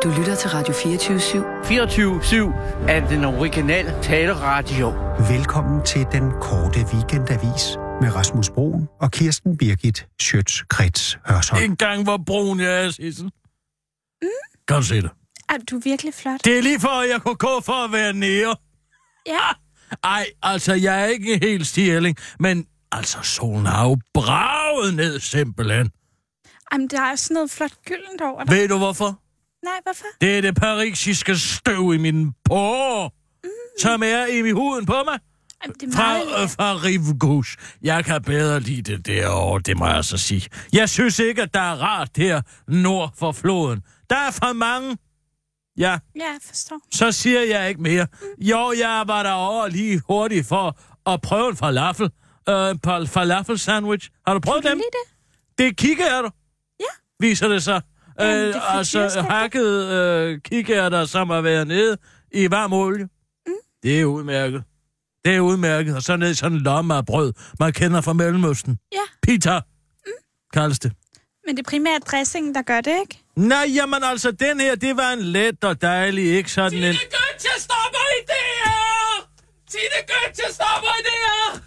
Du lytter til Radio 24/7. 24/7 er den originale taleradio. Velkommen til den korte weekendavis med Rasmus Broen og Kirsten Birgit Schøtz-Krets Hørsholm. En gang hvor brun jeg er, Sissel. Kan du se det? Er du virkelig flot? Det er lige for, at jeg kunne gå for at være nære. Ja. Ej, altså, jeg er ikke helt stjæling, men altså, solen har jo braget ned, simpelthen. Jamen, der er sådan noget flot gyldent over dig. Ved du hvorfor? Nej, hvorfor? Det er det parisiske støv i mine porer, som er i huden på mig. Jamen, det er meget Fra Rive Gauche. Jeg kan bedre lide det derovre, det må jeg altså sige. Jeg synes ikke, at der er rart her nord for floden. Der er for mange. Ja, Ja, jeg forstår. så siger jeg ikke mere. Jo, jeg var derovre lige hurtigt for at prøve en falafel. Falafel sandwich. Har du prøvet Kan dem? du lide det? Det er kikærter. Ja. Viser det sig. Jamen, det er Altså hakket kikærter, som har været nede i varm olie. Det er udmærket. Det er udmærket. Og så ned i sådan en lomme af brød, man kender fra Mellemøsten. Ja. Pita, kaldes det. Men det er primært dressingen, der gør det, ikke? Nej, jamen altså, den her, det var en let og dejlig, ikke sådan en... Tine Götze stopper i det her! Tine Götze stopper i det her!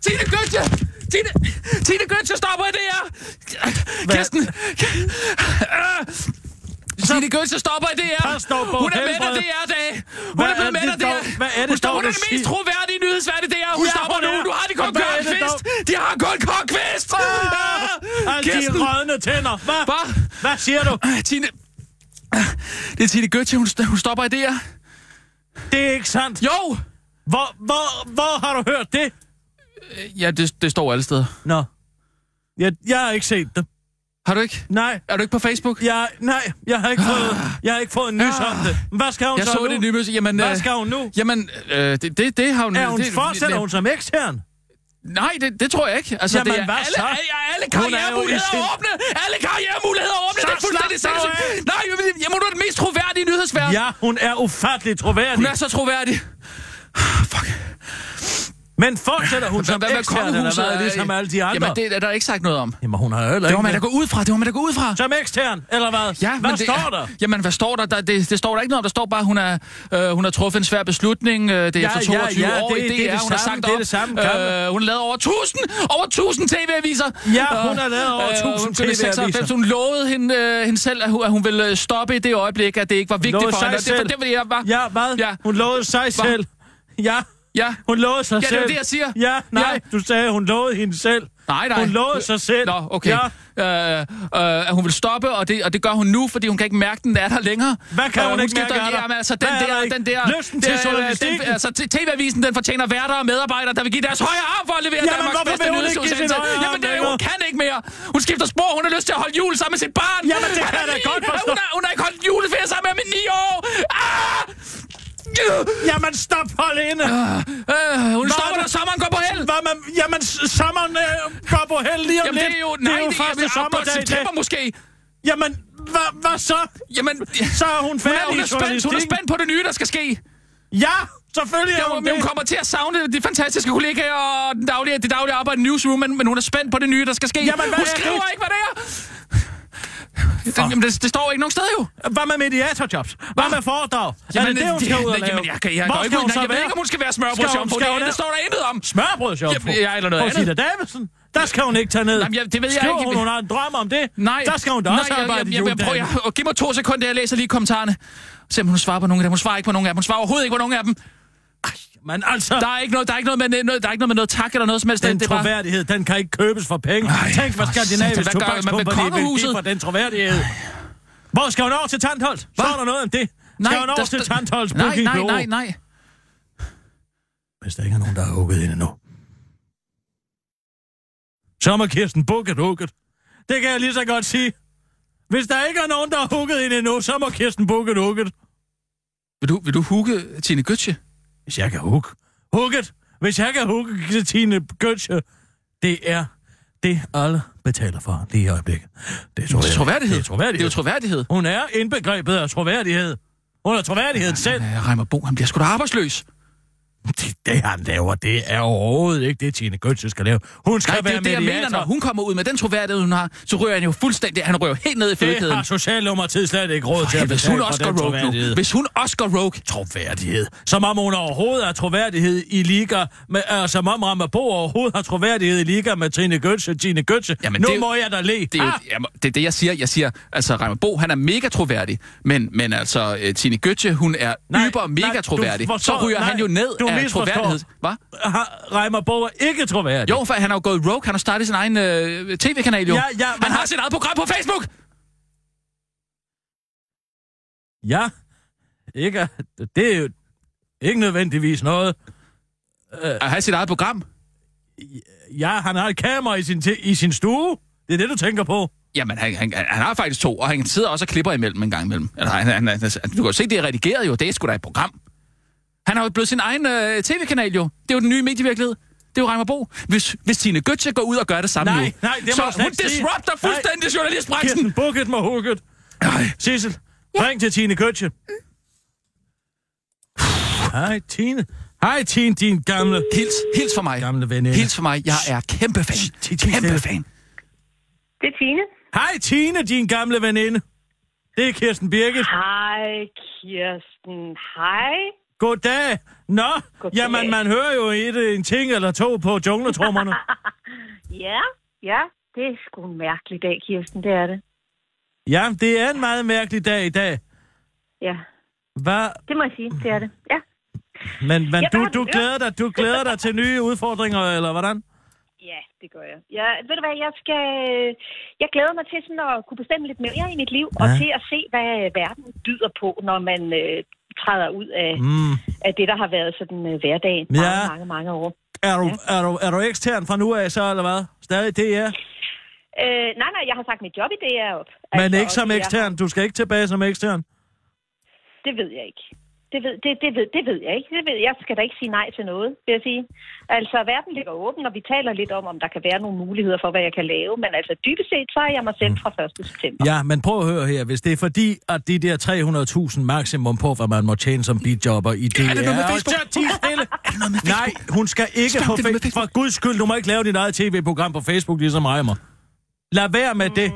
Tine Götze stopper i det her! Kirsten! Tine Götze stopper i det her! Hun er med af det her dag! Hun er blevet med af det her! Hvad er det, Hun er det mest troværdige nyhedsværdige det her! Hun stopper nu! Nu har de kun Kongqvist! De har kun Kongqvist! Alle de rødne tænder. Hvad siger du? Tine... Det er Tine Götze, hun stopper i det her. Det er ikke sandt. Jo! Hvor har du hørt det? Ja, det står alle steder. Nå. Jeg har ikke set det. Har du ikke? Nej. Er du ikke på Facebook? Nej, jeg har ikke fået en nys om det. Hvad skal hun Jeg så så nu? det nye. Jamen, Hvad skal hun nu? Jamen, det har hun... Fortsætter hun som ekstern? Nej, det tror jeg ikke. Altså, Jamen, det er hvad alle, så? alle karrieremuligheder åbne! Alle karrieremuligheder åbne! Det er fuldstændig sindssygt! Nej, jamen, du er den mest troværdige nyhedsvært. Ja, hun er ufattigt troværdig. Hun er så troværdig. Fuck. Men fortsætter hun som ekstern, eller hvad, ligesom alle de andre? Jamen, det er der ikke sagt noget om. Jamen, hun har heller Det var ikke... man da gå ud fra. Som ekstern, eller hvad? Ja, hvad står der? Jamen, hvad står der? Det står der ikke noget om. Der står bare, hun har truffet en svær beslutning. Det er efter 22 år i DR. Hun har sagt det er det samme. Hun har lavet over 1000 tv-aviser. Ja, hun har lavet over 1000 tv-aviser. Hun lovede hende selv, at hun ville stoppe i det øjeblik, at det ikke var vigtigt for hende. Det var det, jeg var. Ja, hvad? Ja. Hun lovede sig selv. Ja, hun lovede sig selv. Ja, det er det, jeg siger. Ja, nej, du sagde, hun lovede hende selv. Nej. Hun lovede sig selv. Nå, okay. Ja. At hun vil stoppe, og det gør hun nu, fordi hun kan ikke mærke, den er der længere. Hvad kan hun ikke mærke der? Jamen, altså, den der... Lysten til journalistikken. Altså, TV-avisen, den fortjener værter og medarbejdere, der vil give deres højre arm for at levere Danmarks bedste nyhedsudsendelse. Jamen, hun kan ikke mere. Hun skifter spor, hun har lyst til at holde jul sammen med sit barn. Jamen, det kan jeg da godt forstå. Hun har ikke holdt juleferie sammen med ham i 9 år. Jamen, stop, hold inde. Hun stopper, når sommeren går på held. Jamen, sommeren går på held lige om lidt. Det er jo første sommerdag. September måske. Jamen, hvad så? Jamen, så er hun færdig hun er spændt på det nye, der skal ske. Ja, selvfølgelig er hun det. Hun kommer til at savne de fantastiske kollegaer og det daglige arbejde i Newsroom, men hun er spændt på det nye, der skal ske. Jamen, hun skriver ikke, hvad det er. Det står ikke nogen steder jo. Hvad med mediatorjobs? Hvad med foredrag? Jamen, er det hun skal ud og lave? Jamen, jeg ved ikke, om hun skal være smørbrødsjomfru. Det står der intet om. Smørbrødsjomfru? Ja, eller noget andet. Sida Davidsen? Der skal hun ikke tage ned. Jamen, det ved jeg ikke. Hun har en drøm om det? Nej. Der skal hun da også arbejde i juledagen. Giv mig 2 sekunder, jeg læser lige kommentarerne. Se om hun svarer på nogle af dem. Hun svarer ikke på nogen af dem. Hun svarer overhovedet ikke på nogen af dem. Men altså... Der er ikke noget med noget tak eller noget som helst. Den troværdighed, den kan ikke købes for penge. Tænk, hvad Skandinavisk Tobakskompagni vil give for den troværdighed. Hvor skal hun over til Tantholdt? Står der noget om det? Skal hun over til Tantholds bookingbureau? Nej. Hvis der ikke er nogen, der har hugget ind endnu. Så må Kirsten hugget. Det kan jeg lige så godt sige. Hvis der ikke er nogen, der har hugget ind endnu, så må Kirsten hugget. Vil du hugge Tine Götze? Hvis jeg kan hugget. Hvis jeg kan hugge Tine Götze, det er det, alle betaler for lige i øjeblikket. Det er troværdighed. Det er jo troværdighed. Hun er indbegrebet af troværdighed. Hun er troværdigheden selv. Reimer Bo, han bliver sgu da arbejdsløs. Det han laver, det er overhovedet ikke det, Tine Götze skal lave. Hun skal være mediator. Det jeg mener, når hun kommer ud med den troværdighed, hun har, så ryger han jo fuldstændig, han ryger helt ned i fødekæden. Det har Socialdemokratiet slet ikke råd til at betale for den troværdighed. Hvis hun Oscar Rogue. Troværdighed. Som om hun overhovedet har troværdighed i liga med, som om Ramabo overhovedet har troværdighed i liga med Tine Götze. Jamen, nu må jeg da le. Det er det, jeg siger. Jeg siger, altså Ramabo, han er mega troværdig, men altså Tine Götze, hun er mega troværdig. Så ryger han jo ned af troværdighed. Hvad? Reimer Bo er ikke troværdig. Jo, for han har jo gået rogue. Han har startet sin egen tv-kanal, jo. Ja, han har sit eget program på Facebook! Ja, ikke. Det er jo ikke nødvendigvis noget. At have sit eget program? Ja, han har et kamera i sin stue. Det er det, du tænker på. Jamen, han har faktisk 2, og han sidder også og klipper imellem en gang imellem. Du kan se, det er redigeret jo. Det er sgu da et program. Han har jo blevet sin egen tv-kanal, jo. Det er jo den nye medievirkelighed. Det er jo Reimer Bo. Hvis Tine Götze går ud og gør det samme nej, det så hun disrupter fuldstændig journalistbranchen. Kirsten Bucket må hugget. Sissel, ring til Tine Götze. Hej, Tine. Hej, Tine, din gamle... Hils for mig. Gamle veninde. Hils for mig. Jeg er kæmpe fan. Kæmpe fan. Det er Tine. Hej, Tine, din gamle veninde. Det er Kirsten Birgit. Hej, Kirsten. Hej. Goddag. Nå, goddag. Jamen, man hører jo en ting eller to på jungletrummerne. ja, det er sgu en mærkelig dag, Kirsten, det er det. Ja, det er en meget mærkelig dag i dag. Ja. Hvad? Det må jeg sige, det er det, ja. Men du glæder dig til nye udfordringer, eller hvordan? Ja, det gør jeg. Ved du hvad, jeg glæder mig til sådan at kunne bestemme lidt mere i mit liv, og til at se, hvad verden byder på, når man træder ud af det, der har været sådan hverdagen mange år. Er du ekstern fra nu af så, eller hvad? Stadig DR? Nej, jeg har sagt mit job i DR op. Men altså, ikke som ekstern? Du skal ikke tilbage som ekstern? Det ved jeg ikke. Det ved jeg ikke. Jeg skal da ikke sige nej til noget, vil jeg sige. Altså, verden ligger åben, og vi taler lidt om der kan være nogle muligheder for, hvad jeg kan lave. Men altså, dybest set, så er jeg mig selv fra 1. september. Ja, men prøv at høre her. Hvis det er fordi, at de der 300.000 maksimum på, hvad man må tjene som bidjobber i DR... Er det noget med Facebook? Nej, hun skal ikke på Facebook. For guds skyld, du må ikke lave dit eget tv-program på Facebook, ligesom Reimer. Lad være med det.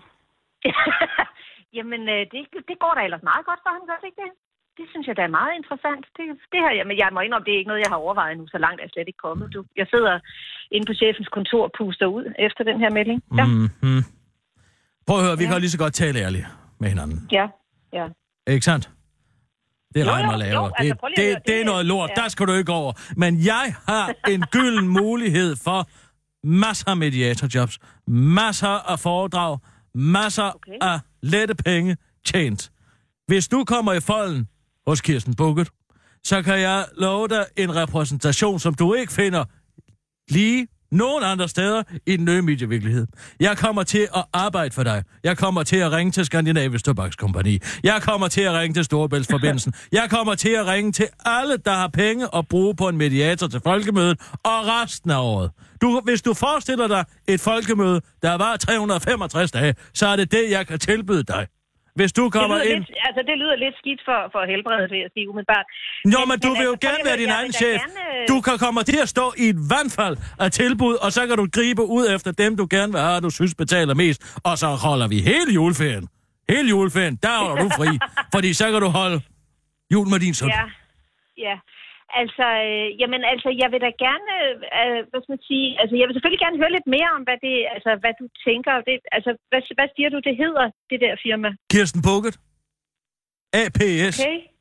Jamen, det går da ellers meget godt for ham, gør det ikke det? Det synes jeg, der er meget interessant. Det her, men jeg må indrømme, det er ikke noget, jeg har overvejet nu. Så langt er jeg slet ikke kommet. Jeg sidder inde på chefens kontor og puster ud efter den her melding. Ja. Mm-hmm. Prøv at høre, vi kan lige så godt tale ærligt med hinanden. Ja. Ikke sandt? Det Reimer laver. Altså, det er noget lort. Ja. Der skal du ikke over. Men jeg har en gylden mulighed for masser af mediatorjobs, masser af foredrag, masser af lette penge tjent. Hvis du kommer i folden hos Kirsten Bucket, så kan jeg love dig en repræsentation, som du ikke finder lige nogen andre steder i den nye medievirkelighed. Jeg kommer til at arbejde for dig. Jeg kommer til at ringe til Skandinavisk Tobakskompagni. Jeg kommer til at ringe til Storebæltsforbindelsen. Jeg kommer til at ringe til alle, der har penge at bruge på en mediator til folkemødet og resten af året. Hvis du forestiller dig et folkemøde, der var 365 dage, så er det det, jeg kan tilbyde dig. Hvis du kommer ind... det lyder lidt skidt for helbredet, vil jeg sige umiddelbart. Nå, men du vil jo gerne være din egen chef. Du kan komme til at stå i et vandfald af tilbud, og så kan du gribe ud efter dem, du gerne vil have, du synes betaler mest. Og så holder vi hele juleferien. Hele juleferien, der er du fri. Fordi så kan du holde jul med din søn. Ja. Altså, jeg vil da gerne, jeg vil selvfølgelig gerne høre lidt mere om, hvad du tænker. Hvad siger du, det hedder, det der firma? Kirsten Bucket. APS.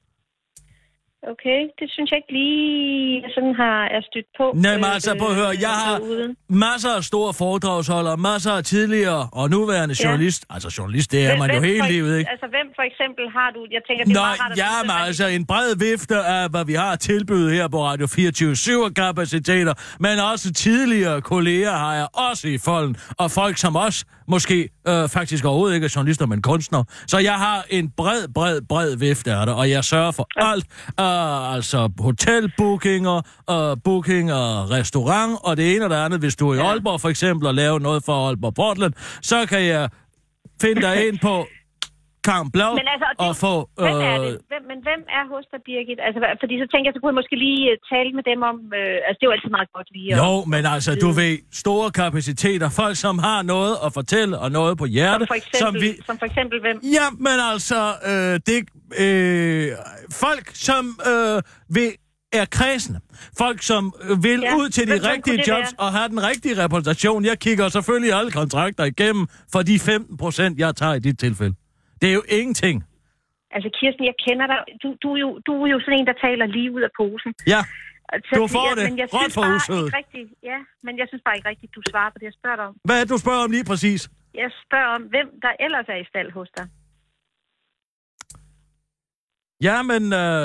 Okay, det synes jeg ikke lige sådan er stødt på. Nej, men altså, prøv at høre, jeg har masser af store foredragsholdere, masser af tidligere og nuværende journalist. Altså, journalist, det er man jo hele livet, ikke? Altså, hvem for eksempel har du? Jeg tænker, det er meget altså, en bred vifte af, hvad vi har tilbydet her på Radio 24/7 kapaciteter, men også tidligere kolleger har jeg også i folden, og folk som også måske faktisk overhovedet ikke er journalister, men kunstnere. Så jeg har en bred vifte af det, og jeg sørger for alt. Altså hotelbookinger, bookinger, restaurant, og det ene og det andet. Hvis du er i Aalborg for eksempel, og laver noget for Aalborg Portland, så kan jeg finde dig ind på Carmen Blau og få... Hvem er det? Hvem er hos dig, Birgit? Altså, fordi så tænker jeg, så kunne jeg måske lige tale med dem om... altså, det er jo altid meget godt lige... Jo, men altså, du ved, store kapaciteter, folk, som har noget at fortælle og noget på hjerte... Som for eksempel hvem? Ja, men altså, folk, som er kredsende. Folk, som vil ud til de rigtige jobs og have den rigtige repræsentation. Jeg kigger selvfølgelig alle kontrakter igennem for de 15%, jeg tager i dit tilfælde. Det er jo ingenting. Altså, Kirsten, jeg kender dig. Du er jo sådan en, der taler lige ud af posen. Ja, du får det. Men jeg synes bare ikke rigtigt... Ja, men jeg synes bare ikke rigtigt, du svarer på det, jeg spørger dig om. Hvad er det, du spørger om lige præcis? Jeg spørger om, hvem der ellers er i stald hos dig. Ja, men...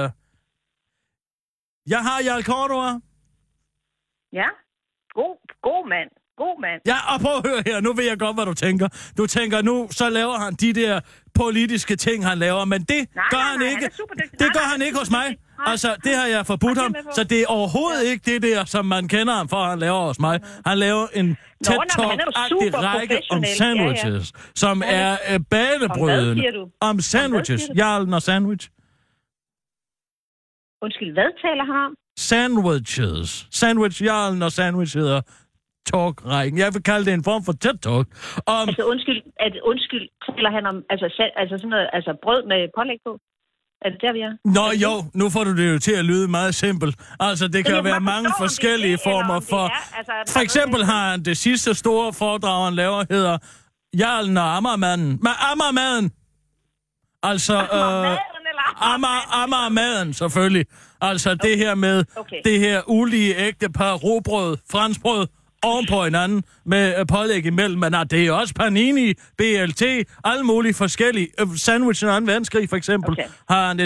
Jeg har Jarl Cordua. Ja, god mand. God mand. Ja, og prøv at høre her. Nu ved jeg godt, hvad du tænker. Du tænker, nu så laver han de der politiske ting, han laver. Men det gør han ikke. Det gør han ikke hos mig. Altså, det har jeg forbudt ham. Så det er overhovedet ikke det der, som man kender ham for, han laver hos mig. Han laver en TED-talk-agtig række om sandwiches, som er banebrydende. Om sandwiches. Jarlen og sandwich. Undskyld, hvad taler han om? Sandwiches. Sandwich-jarlen og sandwich hedder talk-rækken. Jeg vil kalde det en form for TED-talk. Altså, undskyld, taler han om altså sådan noget, altså brød med pålæg på? Er det der, vi er? Nå jo, nu får du det jo til at lyde meget simpelt. Altså, det kan være mange forskellige former for... For eksempel har han det sidste store foredrag, han laver, hedder Jarlen og Amagermanden. Men Amagermaden! Altså, Amagermaden, selvfølgelig. Altså, det her med det her ulige ægtepar rugbrød, franskbrød, ovenpå hinanden med pålæg imellem. Men det er også panini, BLT, alle mulige forskellige. Sandwich og anden verdenskrig, for eksempel, har han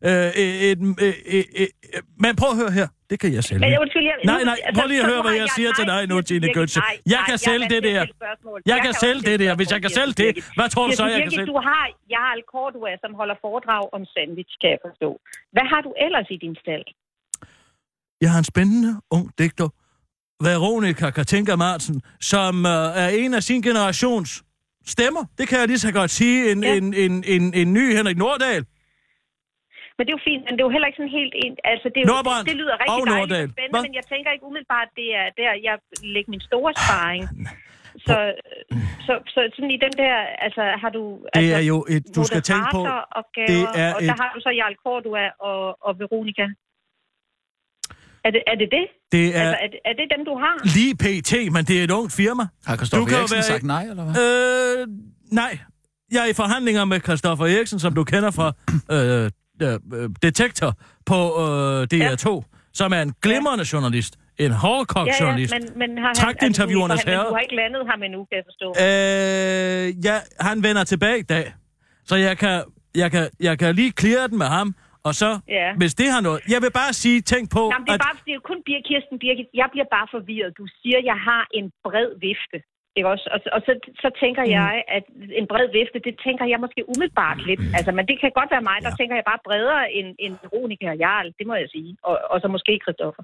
men prøv at høre her. Det kan jeg sælge. Nej, prøv lige at høre, hvad jeg siger til dig nu, Tine Götze. Jeg kan sælge det der. Jeg kan sælge det der. Hvis jeg kan sælge det, hvad tror du så, jeg kan sælge? Du har Jarl Cordua, som holder foredrag om sandwich, kan jeg forstå. Hvad har du ellers i din stald? Jeg har en spændende ung digter, Veronica Katinka Martsen, som er en af sin generations stemmer. Det kan jeg lige så godt sige. En ny Henrik Nordahl. Men det er jo fint, men det er jo heller ikke sådan helt... Altså, det lyder rigtig dejligt og spændende, men jeg tænker ikke umiddelbart, at det er der, jeg lægger min store sparring. Så sådan i den der, altså har du... Det er jo et, du skal tænke på... Det er og der har du så Jarl Cordua og Veronica. Er det det? Det er, altså, er det dem, du har? Lige pt, men det er et ungt firma. Har Christoffer Eriksen sagt nej, eller hvad? Nej. Jeg er i forhandlinger med Christoffer Eriksen, som du kender fra Detektor på DR2, som er en glimrende journalist. En hårdkogt journalist. Men Tragtinterviewernes herre. Du har ikke landet ham endnu, kan jeg forstå. Ja, han vender tilbage i dag. Så jeg kan lige cleare den med ham. Og så, hvis det har noget... Jeg vil bare sige, tænk på... Jamen, det er bare, det er kun Kirsten Birgit. Jeg bliver bare forvirret. Du siger, at jeg har en bred vifte. Ikke også? Og så tænker jeg, at en bred vifte, det tænker jeg måske umiddelbart lidt. Altså, men det kan godt være mig, der tænker jeg bare bredere end Veronica og Jarl. Det må jeg sige. Og så måske Christoffer.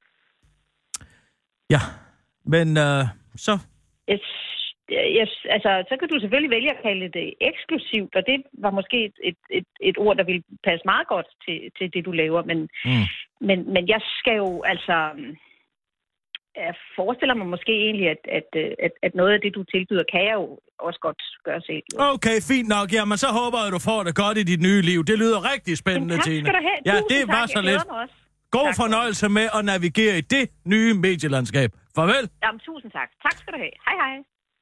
Ja, men så... Altså, så kan du selvfølgelig vælge at kalde det eksklusivt, og det var måske et ord, der ville passe meget godt til det, du laver. Men jeg skal jo altså... Jeg forestiller mig måske egentlig, at noget af det, du tilbyder, kan jeg jo også godt gøre selv. Okay, fint nok. Jamen, så håber jeg, at du får det godt i dit nye liv. Det lyder rigtig spændende, Tine. Tak skal du have. Ja, det var så lidt. God fornøjelse med at navigere i det nye medielandskab. Farvel. Jamen, tusind tak. Tak skal du have. Hej, hej.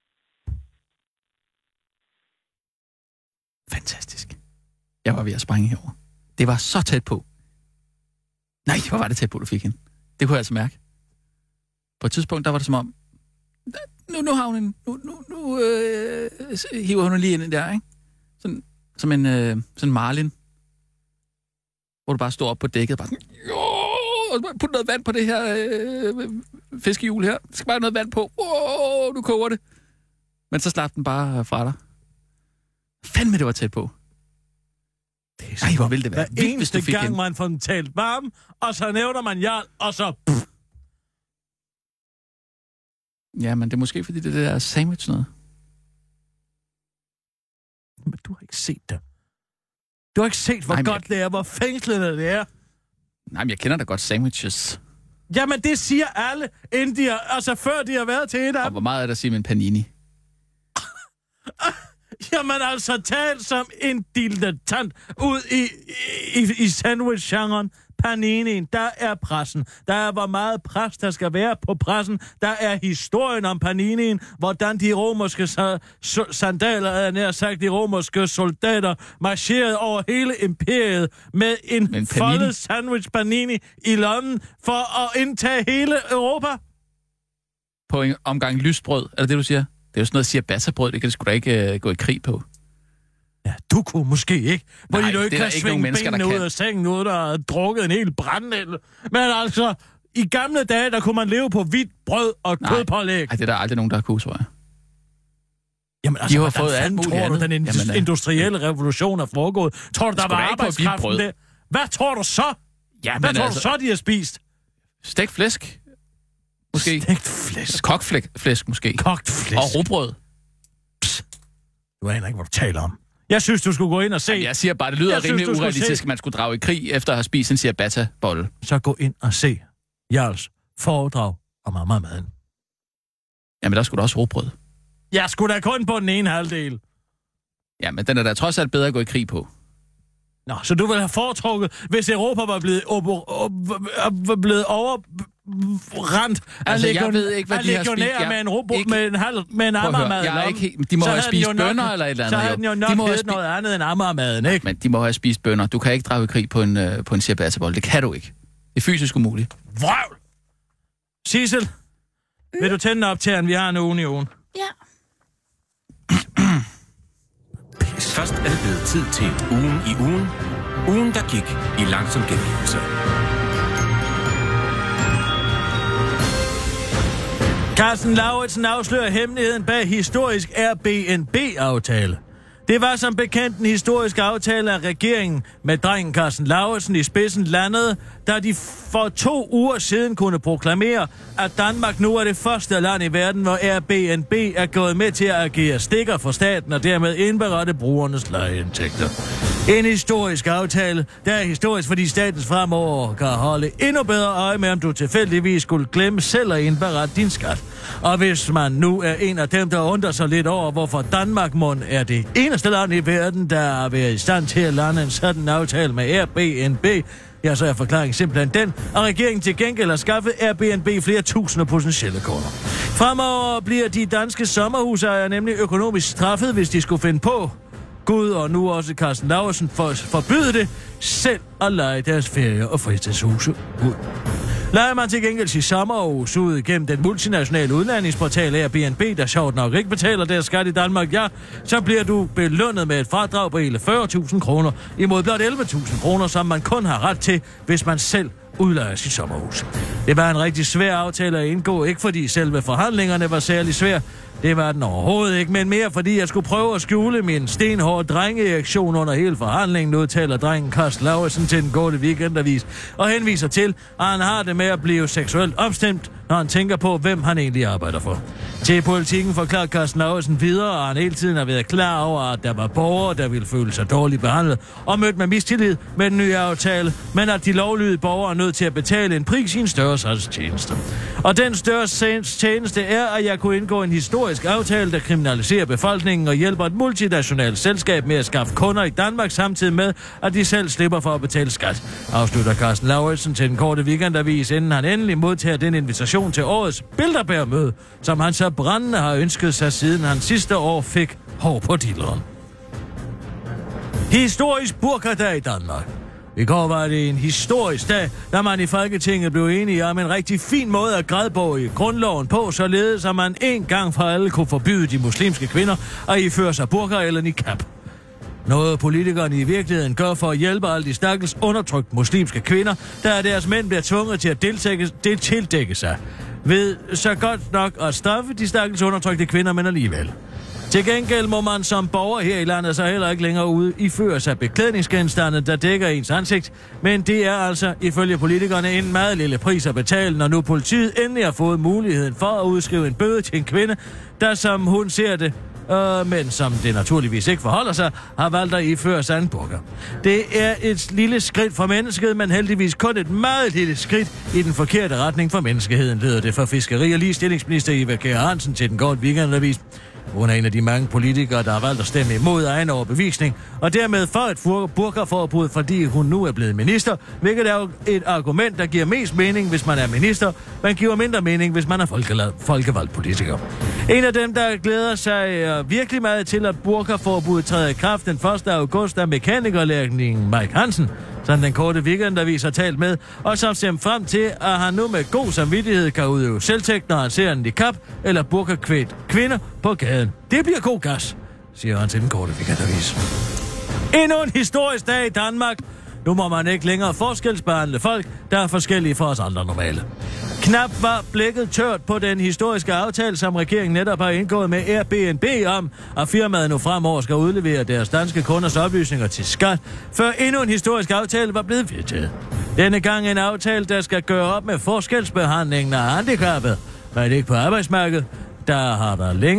Fantastisk. Jeg var ved at springe herover. Det var så tæt på. Nej, hvor var det tæt på, du fik hende. Det kunne jeg altså mærke. På et tidspunkt, der var det som om, nu har hun en, nu hiver hun lige ind i der, ikke? Sådan, som en sådan Marlin. Hvor du bare står op på dækket, bare sådan, put noget vand på det her fiskehjul her. Der skal bare noget vand på. Nu koger det. Men så slap den bare fra dig. Fandme, det var tæt på. Ej, hvor ville det være vildt, hvis du fik gang, man får den talt varm, og så nævner man Jarl, og så... Ja, men det er måske, fordi det der sandwich noget. Men du har ikke set det. Du har ikke set, hvor godt det er, hvor fængslende det er. Nej, men jeg kender da godt sandwiches. Jamen, det siger alle indier, altså før de har været til et af dem. Og hvor meget er der at sige med en panini? Jamen altså, tal som en dilettant ud i sandwich-genren. Panini, der er pressen. Der er, hvor meget pres der skal være på pressen. Der er historien om Paninien, hvordan de romerske sandaler, er nær sagt de romerske soldater, marcherede over hele imperiet med en foldet sandwich Panini i lommen for at indtage hele Europa. På en omgang lysbrød, er det det, du siger? Det er jo sådan noget ciabatta-brød, det kan du sgu da ikke gå i krig på. Ja, du kunne måske ikke, fordi Nej, du ikke kan svinge benene ud af sengen, uden at have drukket en hel brændenæld. Men altså, i gamle dage, der kunne man leve på hvidt brød og kødpålæg. Nej, det er der aldrig nogen, der har kunnet, tror jeg. Jamen altså, de har fået alt muligt tror du, den industrielle revolution er foregået? Tror du, der var arbejdskraften der? Hvad tror du så? Ja, hvad tror du så, de har spist? Stegt flæsk. Måske. Stegt flæsk. Kogt flæsk, måske. Kogt flæsk. Og rugbrød. Du aner ikke, hvad du taler om. Jeg synes, du skulle gå ind og se... Jamen, jeg siger bare, det lyder rimelig urealistisk, at man skulle drage i krig efter at have spist en ciabatta-bolle. Så gå ind og se Jarls foredrag om Amagermaden. Jamen, der skulle da også rugbrød. Jeg skulle da kun på den ene halvdel. Jamen, den er da trods alt bedre at gå i krig på. Nå, så du ville have foretrukket, hvis Europa var blevet overrendt altså, jeg ved ikke, hvad de har spist. Med en Amagermad. De må have spist bønner eller et eller andet. Så havde den jo nok heddet noget andet end Amagermaden, ikke? Men de må have spist bønner. Du kan ikke drage i krig på en ciabatta-bolle. Det kan du ikke. Det er fysisk umuligt. Vrøvl! Sissel, vil du tænde optageren? Vi har en uge i ugen. Ja. Først er det blevet tid til ugen i ugen. Ugen, der gik i langsom gengivelse. Carsten Lauritsen afslører hemmeligheden bag historisk Airbnb-aftale. Det var som bekendt en historisk aftale af regeringen med drengen Carsten Lauritsen i spidsen landede, da de for 2 uger siden kunne proklamere, at Danmark nu er det første land i verden, hvor Airbnb er gået med til at agere stikker for staten og dermed indberette brugernes lejeindtægter. En historisk aftale, der er historisk, fordi statens fremover kan holde endnu bedre øje med, om du tilfældigvis skulle glemme selv at indberette din skat. Og hvis man nu er en af dem, der undrer sig lidt over, hvorfor Danmark er det eneste land i verden, der har været i stand til at lande en sådan aftale med Airbnb, ja, så er forklaringen simpelthen den, at regeringen til gengæld har skaffet Airbnb flere tusinde potentielle kunder. Fremover bliver de danske sommerhusejere nemlig økonomisk straffet, hvis de skulle finde på, Gud og nu også Carsten Lauritsen, forbyde det selv at leje deres ferie- og fritidshuse ud. Lejer man til gengæld sit sommerhus ud gennem den multinationale udlandingsportal Airbnb, der sjovt nok ikke betaler deres skat i Danmark, ja, så bliver du belønnet med et fradrag på hele 40.000 kroner, imod blot 11.000 kroner, som man kun har ret til, hvis man selv udlejer sit sommerhus. Det var en rigtig svær aftale at indgå, ikke fordi selve forhandlingerne var særlig svære. Det var den overhovedet ikke, men mere fordi jeg skulle prøve at skjule min stenhårde drengereaktion under hele forhandlingen, udtaler drengen Carsten Lauritsen til den gående Weekendavis, og henviser til, at han har det med at blive seksuelt opstemt, når han tænker på, hvem han egentlig arbejder for. Til Politikken forklarer Carsten Lauritsen videre, at han hele tiden har været klar over, at der var borgere, der ville føle sig dårligt behandlet og mødt med mistillid med den nye aftale, men at de lovlydige borgere er nødt til at betale en pris i en større sorts tjeneste. Og den større tjeneste er, at jeg kunne indgå en historisk aftale, der kriminaliserer befolkningen og hjælper et multinationalt selskab med at skaffe kunder i Danmark, samtidig med, at de selv slipper for at betale skat, afslutter Carsten Lauritsen til den korte Weekendavis, inden han endelig modtager den invitation til årets Bilderberg-møde, som han så brændende har ønsket sig, siden han sidste år fik hår på dilleren. Historisk burkadag i Danmark. I går var det en historisk dag, da man i Folketinget blev enige om en rigtig fin måde at gradbøje grundloven på, således at man en gang for alle kunne forbyde de muslimske kvinder at iføre sig burka eller niqab. Noget politikerne i virkeligheden gør for at hjælpe alle de stakkels undertrykte muslimske kvinder, der deres mænd bliver tvunget til at tildække sig. Ved så godt nok at straffe de stakkels undertrykte kvinder, men alligevel. Til gengæld må man som borger her i landet så heller ikke længere iføre sig beklædningsgenstande, der dækker ens ansigt, men det er altså ifølge politikerne en meget lille pris at betale, når nu politiet endelig har fået muligheden for at udskrive en bøde til en kvinde, der som hun ser det, men som det naturligvis ikke forholder sig, har valgt at iføre sig en burka. Det er et lille skridt for mennesket, men heldigvis kun et meget lille skridt i den forkerte retning for menneskeheden, lyder det fra Fiskeri- og Ligestillingsminister Eva Kjær Hansen til den korte weekendavis. Hun er en af de mange politikere, der har valgt at stemme imod egen overbevisning, og dermed for et burkaforbud, fordi hun nu er blevet minister, hvilket er jo et argument, der giver mest mening, hvis man er minister, men giver mindre mening, hvis man er folkevalgt politiker. En af dem, der glæder sig virkelig meget til, at burkaforbuddet træder i kraft den 1. august, er mekanikerlærlingen Mike Hansen, som den korte weekendavis har talt med, og som ser frem til, at han nu med god samvittighed kan udøve selvtægt, når han ser en niqab eller burkakvædt kvinder på gaden. Det bliver god gas, siger han til den korte weekendavis. Endnu en historisk dag i Danmark. Nu må man ikke længere forskelsbehandle folk, der er forskellige fra os andre normale. Knap var blikket tørt på den historiske aftale, som regeringen netop har indgået med Airbnb om, at firmaet nu fremover skal udlevere deres danske kunders oplysninger til skat, før endnu en historisk aftale var blevet vedtaget. Denne gang en aftale, der skal gøre op med forskelsbehandlingen af handicappede, men ikke på arbejdsmarkedet. Der har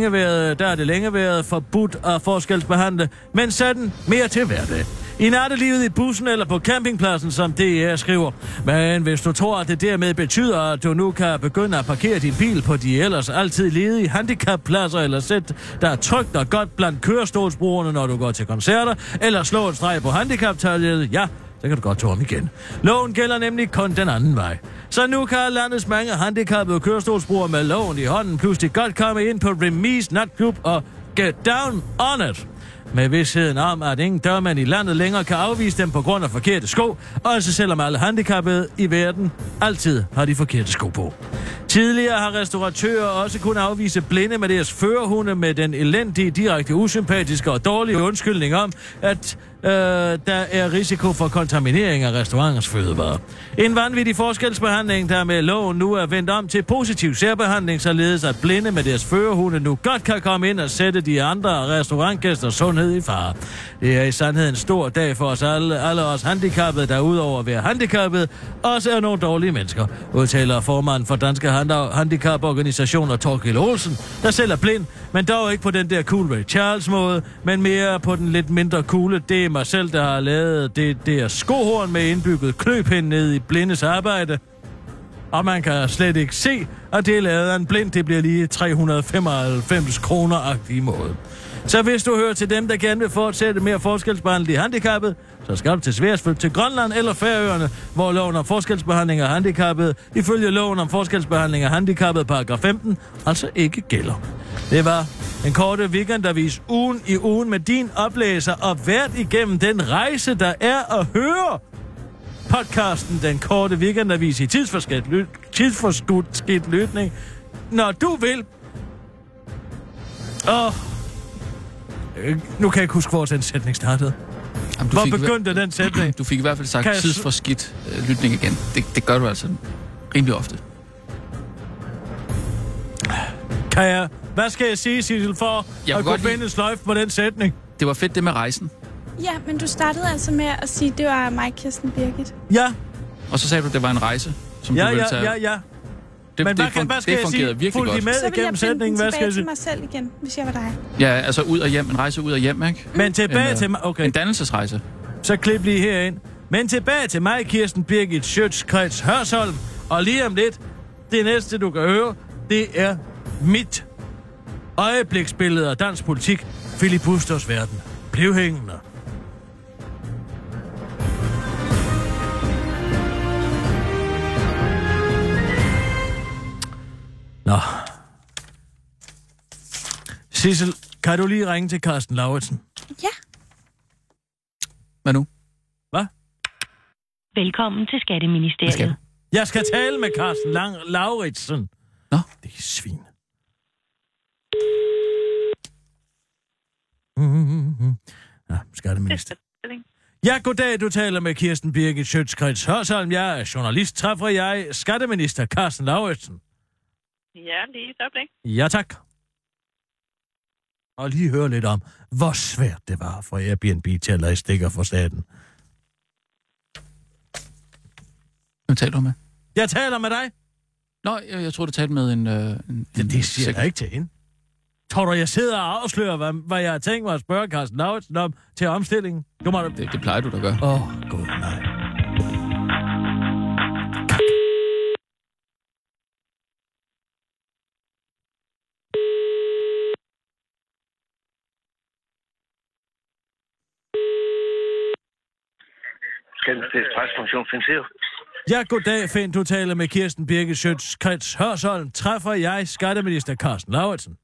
det længe været forbudt at forskelsbehandle, men sådan mere til hverdag. I nattelivet i bussen eller på campingpladsen, som DR skriver. Men hvis du tror, at det dermed betyder, at du nu kan begynde at parkere din bil på de ellers altid ledige handicappladser, eller sætte dig trygt og godt blandt kørestolsbrugerne, når du går til koncerter, eller slå en streg på handicaptallet, ja, så kan du godt tage om igen. Loven gælder nemlig kun den anden vej. Så nu kan landets mange handicappede kørestolsbrugere med loven i hånden pludselig godt komme ind på Remise Natklub og get down on it. Med vidsheden om, at ingen dørmand i landet længere kan afvise dem på grund af forkerte sko, også selvom alle handicappede i verden altid har de forkerte sko på. Tidligere har restauratører også kunnet afvise blinde med deres førerhunde med den elendige, direkte usympatiske og dårlige undskyldning om, at der er risiko for kontaminering af restaurantens fødevarer. En vanvittig forskelsbehandling, der med loven nu er vendt om til positiv særbehandling, således at blinde med deres førerhunde nu godt kan komme ind og sætte de andre restaurantgæsters sundhed i fare. Det er i sandhed en stor dag for os alle os handicappede, der udover at være handicappede, også er nogle dårlige mennesker, udtaler formanden for Danske Handicaporganisationer Torkild Olsen, der selv er blind, men dog ikke på den der cool Ray Charles måde, men mere på den lidt mindre coole. Det er mig selv, der har lavet det der skohorn med indbygget kløpind ned i blindes arbejde. Og man kan slet ikke se, at det er lavet af en blind. Det bliver lige 395 kroner-agtig måde. Så hvis du hører til dem, der gerne vil fortsætte med at forskelsbehandle de handicappede, så skal du til Sværsfødt til Grønland eller Færøerne, hvor loven om forskelsbehandling af handicappede, ifølge loven om forskelsbehandling af handicappede paragraf 15, altså ikke gælder. Det var en korte weekendavis ugen i ugen med din oplæser og vært igennem den rejse, der er at høre podcasten Den Korte Weekendavis i tidsforskudt lytning, når du vil. Nu kan jeg ikke huske, hvor den sætning startede. Jamen, hvor begyndte den sætning? Du fik i hvert fald sagt tidsforskidt lytning igen. Det gør du altså rimelig ofte. Hvad skal jeg sige, Sissel, for at kunne finde en sløjf på den sætning? Det var fedt det med rejsen. Ja, men du startede altså med at sige, at det var mig, Kirsten Birgit. Ja. Og så sagde du, at det var en rejse, som du ville tage. Ja. Men hvad skal jeg sige? Virkelig godt. Så vil jeg binde den tilbage til mig selv igen, hvis jeg var dig. Ja, altså ud og hjem. En rejse ud og hjem, ikke? Men tilbage til mig. Okay. En dannelsesrejse. Så klip lige herind. Men tilbage til mig, Kirsten Birgit Schøtz-Krets Hørsholm. Og lige om lidt, det næste du kan høre, det er mit øjebliksbillede af dansk politik. Philip Busters verden. Bliv hængende. Nå. Sissel, kan du lige ringe til Carsten Lauritsen? Ja. Hvad nu? Hvad? Velkommen til Skatteministeriet. Jeg skal tale med Carsten Lauritsen. Nå? Det er svin. Ja, skatteminister. Ja, goddag, du taler med Kirsten Birgit Schøtz-Krets Hørsholm. Jeg er journalist. Træffer jeg skatteminister Carsten Lauritsen? Ja, lige et øjeblik. Ja, tak. Og lige høre lidt om, hvor svært det var for Airbnb til at lade stikker for staten. Hvem taler du med? Jeg taler med dig. Nå, jeg tror, du talte med en det siger jeg ikke til hende. Tror du, jeg sidder og afslører, hvad jeg har tænkt mig at spørge Carsten Lauritsen om til omstillingen? Det plejer du da at gøre. Gud, nej. Ja, goddag, Finn. Du taler med Kirsten Birgit Schøtz Hørsholm. Træffer jeg skatteminister Carsten Lauritsen?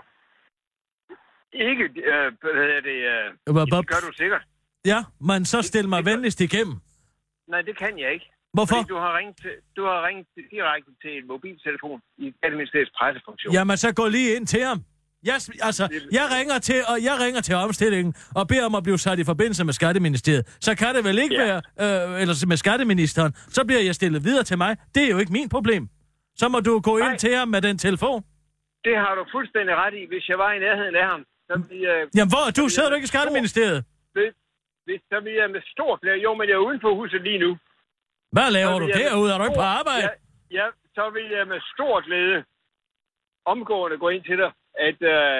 Ikke, det gør du sikkert. Ja, men så stil mig venligst igennem. Nej, det kan jeg ikke. Hvorfor? Fordi du har ringet direkte til en mobiltelefon i Skatteministeriets pressefunktion. Jamen, så gå lige ind til ham. Jeg ringer til omstillingen og beder om at blive sat i forbindelse med Skatteministeriet. Så kan det vel ikke være, eller med skatteministeren, så bliver jeg stillet videre til mig. Det er jo ikke min problem. Så må du gå ind til ham med den telefon. Det har du fuldstændig ret i, hvis jeg var i nærheden af ham. Jamen, hvor er du? Sidder du ikke i Skatteministeriet? Så vil jeg med stor glæde. Jo, men jeg er uden for huset lige nu. Hvad laver du derude? Er du ikke på arbejde? Ja, så vil jeg med stor glæde omgående gå ind til dig, at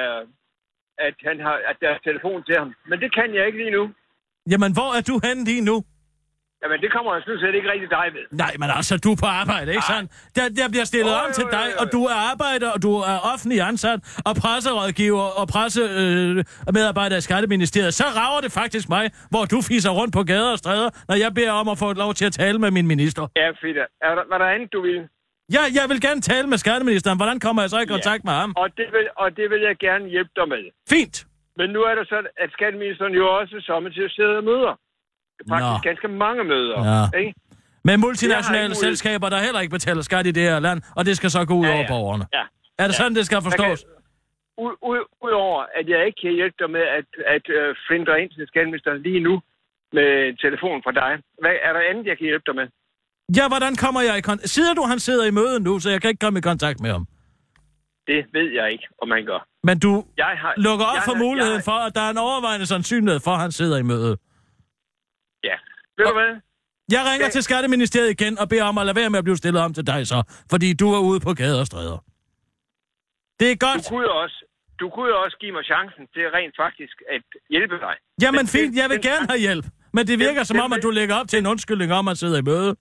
der er telefon til ham. Men det kan jeg ikke lige nu. Jamen, hvor er du henne lige nu? Jamen, det kommer jeg sådan set ikke rigtig dig ved. Nej, men altså, du er på arbejde, ikke sandt? Der bliver stillet om til dig, og du er arbejder, og du er offentlig ansat, og presserådgiver, og pressemedarbejder i Skatteministeriet. Så rager det faktisk mig, hvor du fiser rundt på gader og stræder, når jeg beder om at få lov til at tale med min minister. Ja, Peter. Var der andet, du vil? Ja, jeg vil gerne tale med skatteministeren. Hvordan kommer jeg så i kontakt med ham? Og det vil jeg gerne hjælpe dig med. Fint. Men nu er det sådan, at skatteministeren jo også sommetider sidder og møder. Faktisk ganske mange møder. Ja. Ikke? Med multinationale selskaber, der heller ikke betaler skat i det her land, og det skal så gå ud over borgerne. Ja. Er det sådan, det skal forstås? Udover at jeg ikke kan hjælpe dig med at finde dig ind til skatteministeren lige nu med telefonen fra dig. Er der andet, jeg kan hjælpe dig med? Ja, hvordan kommer jeg i kontakt? Siger du, han sidder i møde nu, så jeg kan ikke komme i kontakt med ham? Det ved jeg ikke, om man gør. Men du lukker op for muligheden for, at der er en overvejende sandsynlighed for, at han sidder i møde. Ja. Ved du hvad? Jeg ringer til Skatteministeriet igen og beder om at lade være med at blive stillet om til dig så, fordi du er ude på gader og stræder. Det er godt. Du kunne jo også give mig chancen til rent faktisk at hjælpe dig. Jamen fint, jeg vil gerne have hjælp. Men det virker som om, at du lægger op til en undskyldning om, at sidde i møde.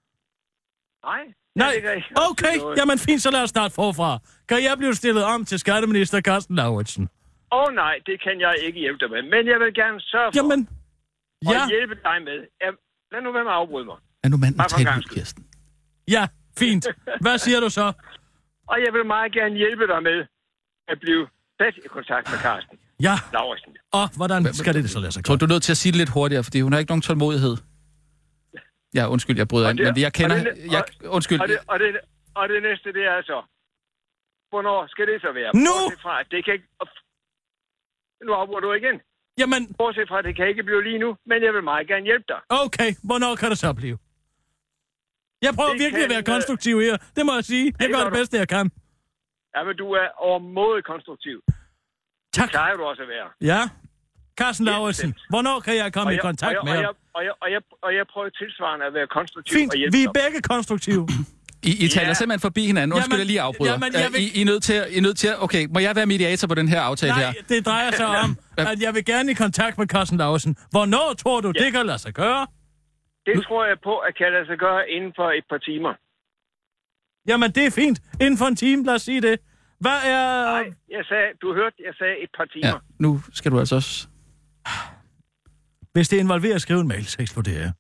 Nej, okay. Jamen fint, så lad os starte forfra. Kan jeg blive stillet om til skatteminister Carsten Lauritsen? Nej, det kan jeg ikke hjælpe dig med. Men jeg vil gerne sørge for at hjælpe dig med. Lad nu være med at afbryde mig. Er nu manden talt ud, Kirsten? Ja, fint. Hvad siger du så? Og jeg vil meget gerne hjælpe dig med at blive sat i kontakt med Carsten Lauritsen. Og hvordan skal det så lade sig gøre? Tror du er nødt til at sige det lidt hurtigere, fordi hun har ikke nogen tålmodighed. Ja, undskyld, jeg bryder ind, men jeg kender... Undskyld. Og det næste, det er så... Hvornår skal det så være? Nu! Bortset fra, at det kan ikke... Nu afbruger du igen. Jamen... Bortset fra, at det kan ikke blive lige nu, men jeg vil meget gerne hjælpe dig. Okay, hvornår kan det så blive? Jeg prøver virkelig at være konstruktiv her. Det må jeg sige. Jeg gør det bedste, jeg kan. Ja, men du er overmådet konstruktiv. Tak. Det plejer du også at være. Ja. Carsten Lauritsen, hvornår kan jeg komme i kontakt med ham? Og jeg prøver tilsvarende at være konstruktiv og hjælpe. Vi er begge konstruktive. I taler simpelthen forbi hinanden. Undskyld, jeg lige afbryder. I er nødt til at... Okay, må jeg være mediator på den her aftale her? Nej, det drejer sig om, at jeg vil gerne i kontakt med Carsten Lauritsen. Hvornår tror du, det kan lade sig gøre? Det tror jeg på, at kan lade sig gøre inden for et par timer. Jamen, det er fint. Inden for en time, lad os sige det. Hvad er... Nej, jeg sagde et par timer. Ja, nu skal du altså også... Hvis det involverer at skrive en mail, så eksploderer jeg.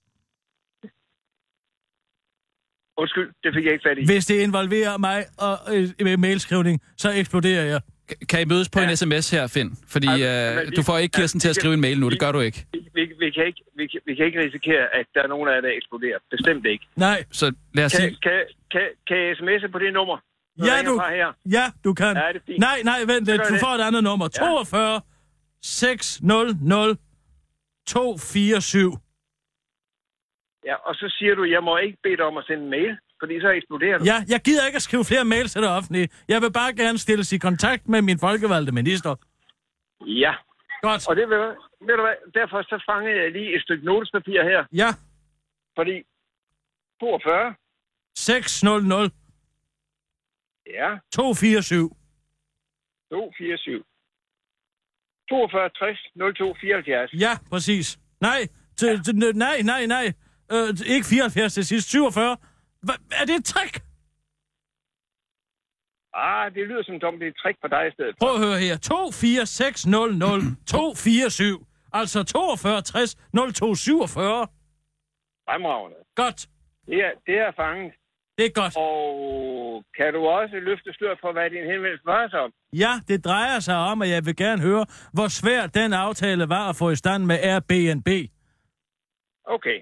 Undskyld, det fik jeg ikke fat i. Hvis det involverer mig og mailskrivning, så eksploderer jeg. Kan I mødes på en sms her, Finn? Fordi du får ikke Kirsten til at skrive en mail nu, det gør du ikke. Vi kan ikke risikere, at der er nogen af jer, der eksploderer. Bestemt ikke. Nej. Så lad os sige... Kan jeg sms'e på det nummer? Ja, du kan. Ja, det er fint. Nej, vent lidt. Du får et andet nummer. 42 600 247. Ja, og så siger du, jeg må ikke bede dig om at sende en mail, fordi så eksploderer du. Ja, jeg gider ikke at skrive flere mails til det offentlige. Jeg vil bare gerne stilles i kontakt med min folkevalgte minister. Ja. Godt. Og det ved du hvad, derfor så fangede jeg lige et stykke notespapir her. Ja. Fordi 42 600 ja 247. 247. 42 60 02 74. Ja, præcis. Nej. Nej. Ikke 74 til sidst. 47. Er det et trick? Det lyder som om det er et trick for dig i stedet. Prøv at høre her. 24600 247. Altså 42 60 02 47. Fremragende. Godt. Det er fanget. Det er godt. Og kan du også løfte slør for, hvad din henvendelse drejer sig om? Ja, det drejer sig om, at jeg vil gerne høre, hvor svært den aftale var at få i stand med Airbnb. Okay.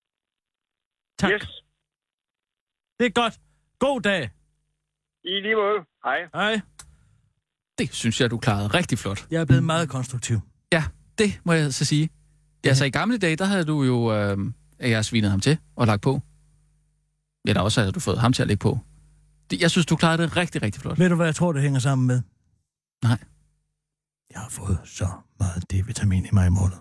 Tak. Yes. Det er godt. God dag. I lige måde. Hej. Hej. Det synes jeg, du klarede rigtig flot. Jeg er blevet meget konstruktiv. Ja, det må jeg så sige. Ja, så i gamle dage, der havde du jo jeg svinet ham til og lagt på. Ja, der også havde du fået ham til at lægge på. Jeg synes, du klarede det rigtig, rigtig flot. Ved du, hvad jeg tror, det hænger sammen med? Nej. Jeg har fået så meget D-vitamin i mig i måned.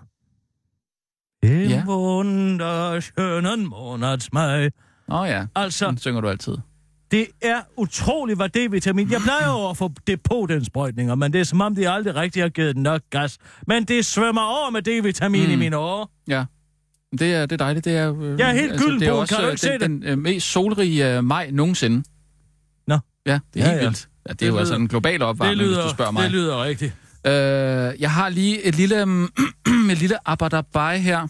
En wunderschönen Monatsmai. Ja, altså, den synger du altid. Det er utroligt, hvad D-vitamin... Jeg plejer over at få depotinsprøjtninger, men det er som om, de aldrig rigtig har givet nok gas. Men det svømmer over med D-vitamin i mine år. Ja, det er dejligt. Det er, jeg er helt gylden det er på, også kan du ikke se det? Den mest solrige maj nogensinde. Nå. Ja, det er helt vildt. Ja, det er jo altså en global opvarmning, hvis du spørger mig. Det lyder rigtigt. Jeg har lige et lille abadabai her.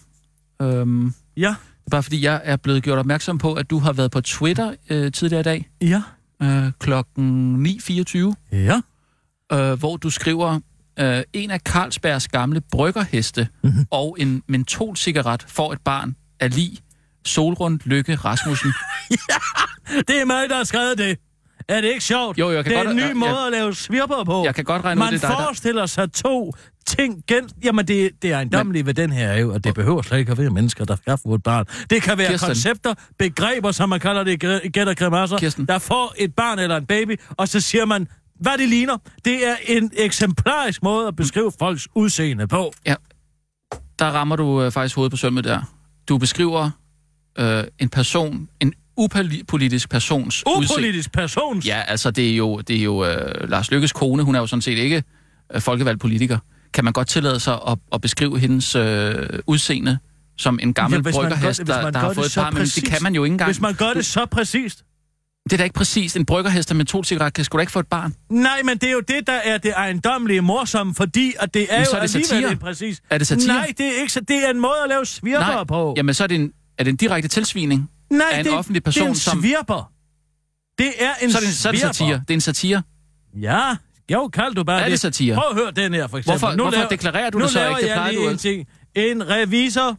Ja. Bare fordi jeg er blevet gjort opmærksom på, at du har været på Twitter tidligere i dag. Ja. Klokken 9.24. Ja. Hvor du skriver, en af Carlsbergs gamle bryggerheste og en mentolcigaret får et barn af lig Solrund Lykke Rasmussen. Ja, det er mig, der har skrevet det. Er det ikke sjovt? Jo, jeg kan det er godt, en ny måde at lave svirper på. Jeg kan godt regne ud, det er dig, man forestiller sig to ting. Jamen, det er ejendommeligt ved den her jo, og det behøver slet ikke at være mennesker, der skal få et barn. Det kan være Kirsten. koncepter, begreber, som man kalder det i gæt og grimasser, der får et barn eller en baby, og så siger man, hvad det ligner. Det er en eksemplarisk måde at beskrive folks udseende på. Ja, der rammer du faktisk hovedet på sømmet der. Du beskriver en person, en upolitisk persons upolitisk persons? Ja, altså det er jo Lars Lykkes kone, hun er jo sådan set ikke folkevalgt politiker. Kan man godt tillade sig at beskrive hendes udseende som en gammel bryggerhest, der har fået et par, men det kan man jo ikke engang. Hvis man gør det så præcist. Det er da ikke præcist. En bryggerhest med mentolcigaret kan sgu da ikke få et barn. Nej, men det er jo det, der er det ejendommelige morsomme, fordi at det er jo alligevel det præcis. Er det satire? Nej, det er ikke så. Det er en måde at lave svirper på. Jamen så er det en direkte tilsvining af en offentlig person, det er en svirper. Det er en svirper. Så er det satire. Det er en satire. Ja, jo, kald du bare det. Er det satire? Prøv at høre den her, for eksempel. Hvorfor deklarerer du det så ikke? Nu laver jeg lige en ting. En revisor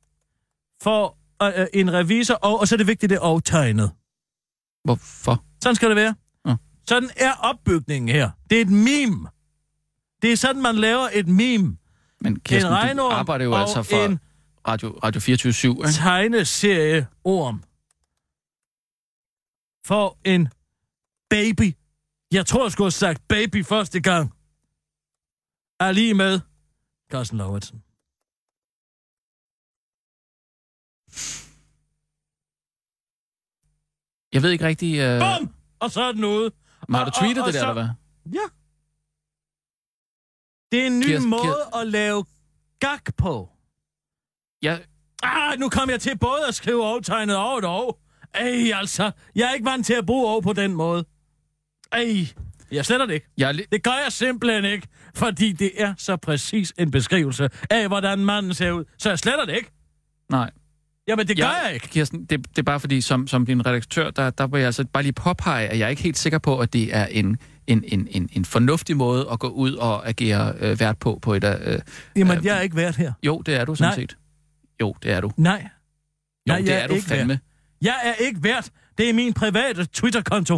for en revisor, og så er det vigtigt, det er aftegnet. Hvorfor? Sådan skal det være. Ja. Sådan er opbygningen her. Det er et meme. Det er sådan, man laver et meme. Men Kirsten, du arbejder jo altså for Radio 24/7, ikke? Tegneserieorm. For en baby. Jeg tror, jeg skulle have sagt baby første gang. Er lige med Carsten Lauritsen. Jeg ved ikke rigtig... Bum! Og så er den ude. Har du tweetet det der, eller hvad? Ja. Det er en ny måde at lave gag på. Ja. Nu kom jeg til både at skrive overtegnet over et år. Altså. Jeg er ikke vant til at bruge over på den måde. Jeg sletter det ikke. Det gør jeg simpelthen ikke. Fordi det er så præcis en beskrivelse af, hvordan manden ser ud. Så jeg sletter det ikke. Nej. Jamen, det gør jeg ikke. Kirsten, det er bare fordi, som din redaktør, der vil jeg altså bare lige påpege, at jeg er ikke helt sikker på, at det er en fornuftig måde at gå ud og agere vært på et... Jamen, jeg er ikke vært her. Jo, det er du sådan set. Jo, det er du. Nej. Jo, det er du fandme. Vært. Jeg er ikke vært. Det er min private Twitter-konto.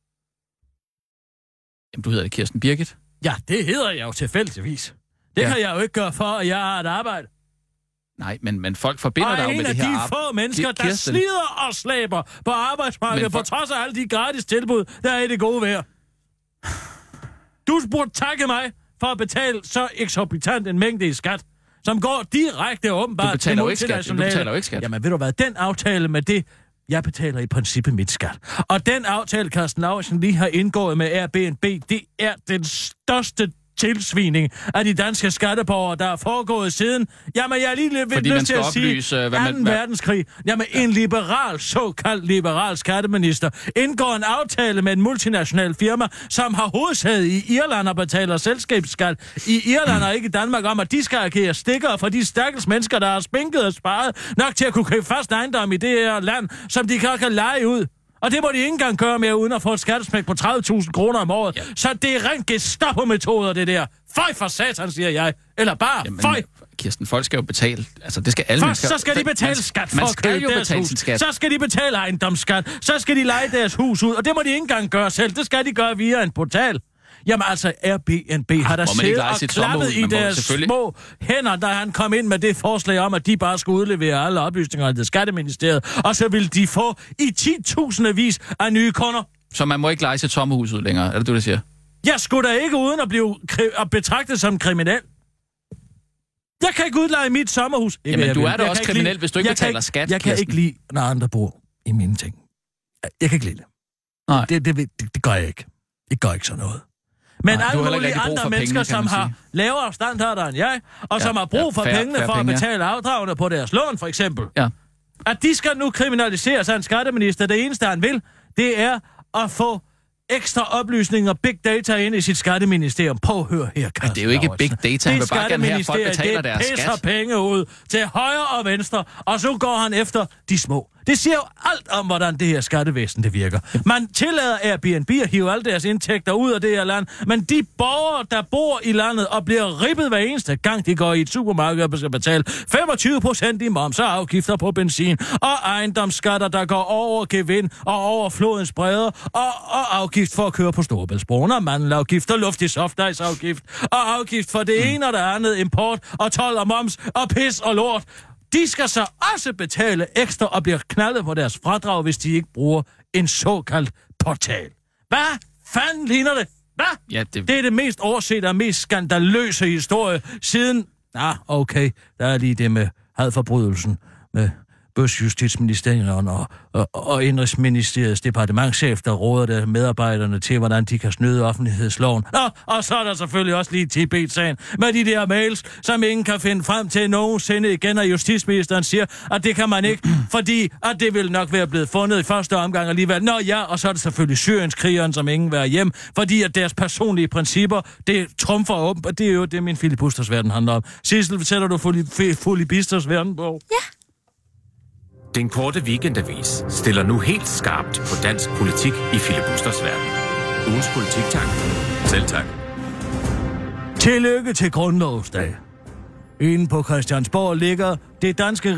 Jamen, du hedder det Kirsten Birgit? Ja, det hedder jeg jo tilfældigvis. Det kan jeg jo ikke gøre for, at jeg har et arbejde. Nej, men folk forbinder dig med det her arbejde. Og en af de få mennesker, der slider og slæber på arbejdsmarkedet, på trods af alle de gratis tilbud, der er i det gode vejr. Du burde takke mig for at betale så eksorbitant en mængde i skat, som går direkte åbenbart til multinationale. Du betaler jo ikke skat. Jamen ved du hvad, den aftale med det Jeg betaler i princippet mit skat. Og den aftale, Carsten Lauritsen lige har indgået med Airbnb, det er den største tilsvining af de danske skatteborgere, der er foregået siden, jamen jeg er lige lidt nødt til at sige, 2. verdenskrig. Jamen en liberal, såkaldt liberal skatteminister, indgår en aftale med en multinational firma, som har hovedsæde i Irland og betaler selskabsskat i Irland og ikke i Danmark, om at de skal agere stikker for de stakkels mennesker, der har spinket og sparet nok til at kunne købe fast ejendom i det her land, som de kan lege ud. Og det må de ikke engang gøre med, uden at få et skattesmæk på 30.000 kroner om året. Ja. Så det er rent Gestapo-metoder, det der. Føj for satan, siger jeg. Eller bare føj. Kirsten, folk skal jo betale. Altså, det skal alle mennesker. Så skal de betale skat for at købe deres hus. Så skal de betale ejendomsskat. Så skal de leje deres hus ud. Og det må de ikke engang gøre selv. Det skal de gøre via en portal. Jamen altså, Airbnb har der siddet og klappet i deres små hænder, da han kom ind med det forslag om, at de bare skulle udlevere alle oplysninger til Skatteministeriet, og så vil de få i 10.000-vis af nye kunder. Så man må ikke leje sit sommerhus ud længere, er det du siger? Jeg skulle da ikke uden at blive betragtet som kriminel. Jeg kan ikke udleje mit sommerhus. Jamen, du er da også kriminel, hvis du ikke betaler skat. Jeg kan ikke lide, når andre bor i mine ting. Jeg kan ikke lide det. Nej. Det gør jeg ikke. Jeg gør ikke sådan noget. Men alle mulige andre mennesker, som har lavere standarder end jeg, og som har brug for pengene for at betale afdragene på deres lån, for eksempel. Ja. At de skal nu kriminaliseres af en skatteminister. Det eneste, han vil, det er at få ekstra oplysninger, big data ind i sit skatteministerium. På hør her, Carsten. Det er jo ikke big data, han vil bare gerne have, folk betaler deres skat. Det pisser penge ud til højre og venstre, og så går han efter de små. Det siger jo alt om, hvordan det her skattevæsen det virker. Man tillader Airbnb at hive alle deres indtægter ud af det her land, men de borgere, der bor i landet og bliver ribbet hver eneste gang, de går i et supermarked og skal betale 25% i moms og afgifter på benzin, og ejendomsskatter, der går over gevind og over flodens bredder, og afgift for at køre på Storebæltsbroen, og mandelafgift og luftig softiceafgift, og afgift for det ene og det andet, import og told og moms og pis og lort. De skal så også betale ekstra og bliver knaldet på deres fradrag, hvis de ikke bruger en såkaldt portal. Hvad fanden ligner det? Hvad? Ja, det er det mest overset og mest skandaløse historie siden... okay, der er lige det med hadforbrydelsen med Justitsministeriet og Indrigsministeriets departementschef, der råder der medarbejderne til, hvordan de kan snyde offentlighedsloven. Og så er der selvfølgelig også lige Tibet-sagen med de der mails, som ingen kan finde frem til nogensinde igen, og justitsministeren siger, at det kan man ikke, fordi at det vil nok være blevet fundet i første omgang alligevel. Og så er det selvfølgelig Syrienskrigeren, som ingen vil være hjem, fordi at deres personlige principper, det trumfer op, og det er jo det, min filibusters verden handler om. Sissel, fortæller du filibusters verden på? Ja. Den korte weekendavis stiller nu helt skarpt på dansk politik i filibusters verden. Ugens politiktank. Selv tak. Tillykke til Grundlovsdag. Inde på Christiansborg ligger det danske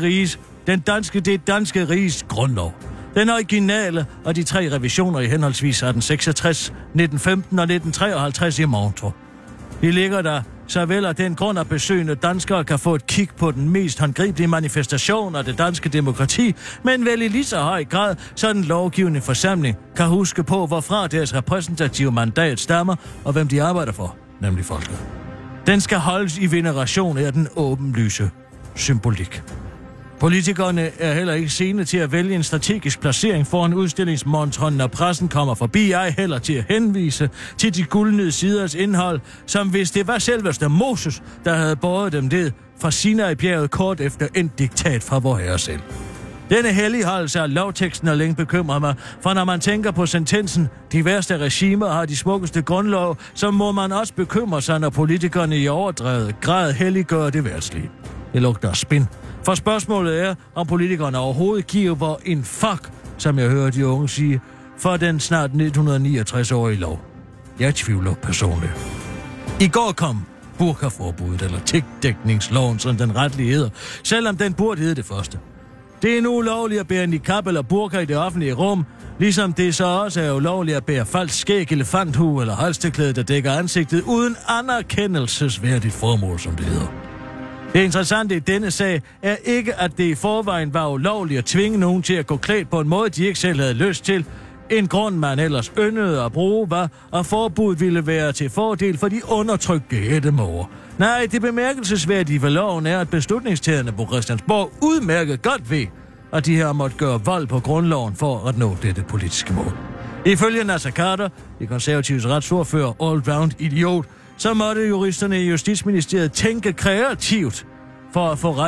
riges grundlov. Den originale og de 3 revisioner i henholdsvis 1866, 1915 og 1953 i Montreux. De ligger der så vel af den grund, at besøgende danskere kan få et kig på den mest håndgribelige manifestation af det danske demokrati, men vel i lige så høj grad, så den lovgivende forsamling kan huske på, hvorfra deres repræsentative mandat stammer, og hvem de arbejder for, nemlig folket. Den skal holdes i veneration af den åbenlyse symbolik. Politikerne er heller ikke sene til at vælge en strategisk placering foran udstillingsmontren, når pressen kommer forbi, ej heller til at henvise til de guldne siders indhold, som hvis det var selveste Moses, der havde båret dem ned fra Sinai-bjerget kort efter en diktat fra vor herre selv. Denne helligholdelse af lovteksten er længe bekymrer mig, for når man tænker på sentensen, de værste regimer har de smukkeste grundlov, så må man også bekymre sig, når politikerne i overdrevet grad helliggør det værtslige. Det lugter af spin. For spørgsmålet er, om politikerne overhovedet giver en fuck, som jeg hører de unge sige, for den snart 1969-årige lov. Jeg tvivler personligt. I går kom burkaforbuddet, eller tækdækningsloven, som den retlige hedder, selvom den burde hedde det første. Det er nu ulovligt at bære niqab eller burka i det offentlige rum, ligesom det så også er ulovligt at bære falsk skæg, elefanthue eller halstørklæde, der dækker ansigtet, uden anerkendelsesværdigt formål, som det hedder. Det interessante i denne sag er ikke, at det i forvejen var ulovligt at tvinge nogen til at gå klædt på en måde, de ikke selv havde lyst til. En grund, man ellers yndede at bruge, var, at forbuddet ville være til fordel for de undertrykte hættemåger. Nej, det bemærkelsesværdige ved loven er, at beslutningstagerne på Christiansborg udmærket godt ved, at de her måtte gøre vold på grundloven for at nå dette politiske mål. Ifølge Naser Khader, de konservatives retsordfører, all-round idiot, så måtte juristerne i Justitsministeriet tænke kreativt for at få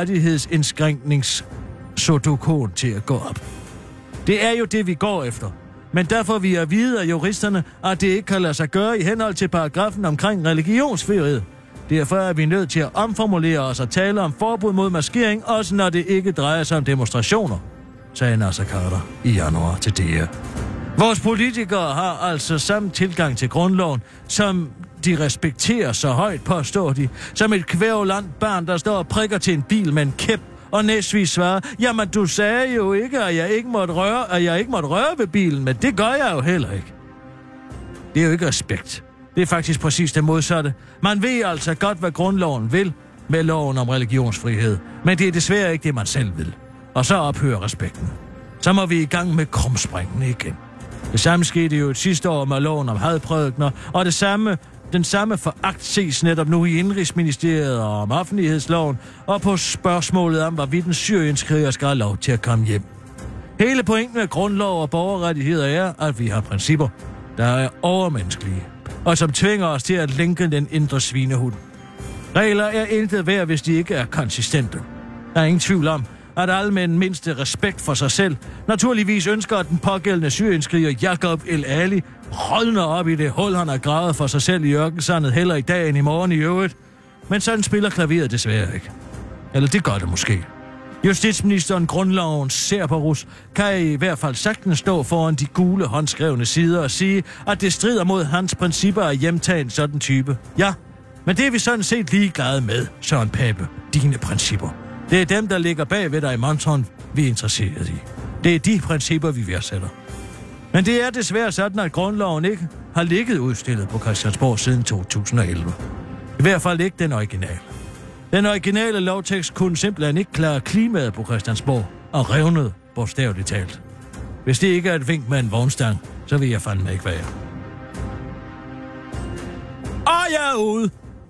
rettighedsindskrænkningssodokon til at gå op. Det er jo det, vi går efter. Men der får vi at vide af juristerne, at det ikke kan lade sig gøre i henhold til paragrafen omkring religionsfrihed. Derfor er vi nødt til at omformulere os og tale om forbud mod maskering, også når det ikke drejer sig om demonstrationer, sagde Naser Khader i januar til DR. Vores politikere har altså samme tilgang til grundloven, som de respekterer så højt, påstår de, som et kvævlant barn, der står og prikker til en bil med en kæp, og næstvis svarer, jamen du sagde jo ikke, at jeg ikke måtte røre ved bilen, men det gør jeg jo heller ikke. Det er jo ikke respekt. Det er faktisk præcis det modsatte. Man ved altså godt, hvad grundloven vil med loven om religionsfrihed, men det er desværre ikke det, man selv vil. Og så ophører respekten. Så må vi i gang med krumspringene igen. Det samme skete jo sidste år med loven om hadprædikener, og den samme foragt ses netop nu i Indrigsministeriet og om offentlighedsloven, og på spørgsmålet om, hvorvidt en syrienskriger skal have lov til at komme hjem. Hele pointen med grundlov og borgerrettigheder er, at vi har principper, der er overmenneskelige, og som tvinger os til at lænke den indre svinehund. Regler er intet værd, hvis de ikke er konsistente. Der er ingen tvivl om, at alle med den mindste respekt for sig selv naturligvis ønsker, at den pågældende syrienskriger Jacob El Ali rådner op i det hul, han har gravet for sig selv i ørkensandet heller i dag end i morgen i øvrigt. Men sådan spiller klaveret desværre ikke. Eller det gør det måske. Justitsministeren grundlovens Cerberus kan i hvert fald sagtens stå foran de gule håndskrevne sider og sige, at det strider mod hans principper at hjemtage en sådan type. Ja, men det er vi sådan set ligeglade med, Søren Pape, dine principper. Det er dem, der ligger bag ved dig i Monton, vi er interesseret i. Det er de principper, vi værdsætter. Men det er desværre sådan, at grundloven ikke har ligget udstillet på Christiansborg siden 2011. I hvert fald ikke den originale. Den originale lovtekst kunne simpelthen ikke klare klimaet på Christiansborg og revnede bogstaveligt talt. Hvis det ikke er et vink med en vognstang, så vil jeg fandme ikke være. Og jeg er ude!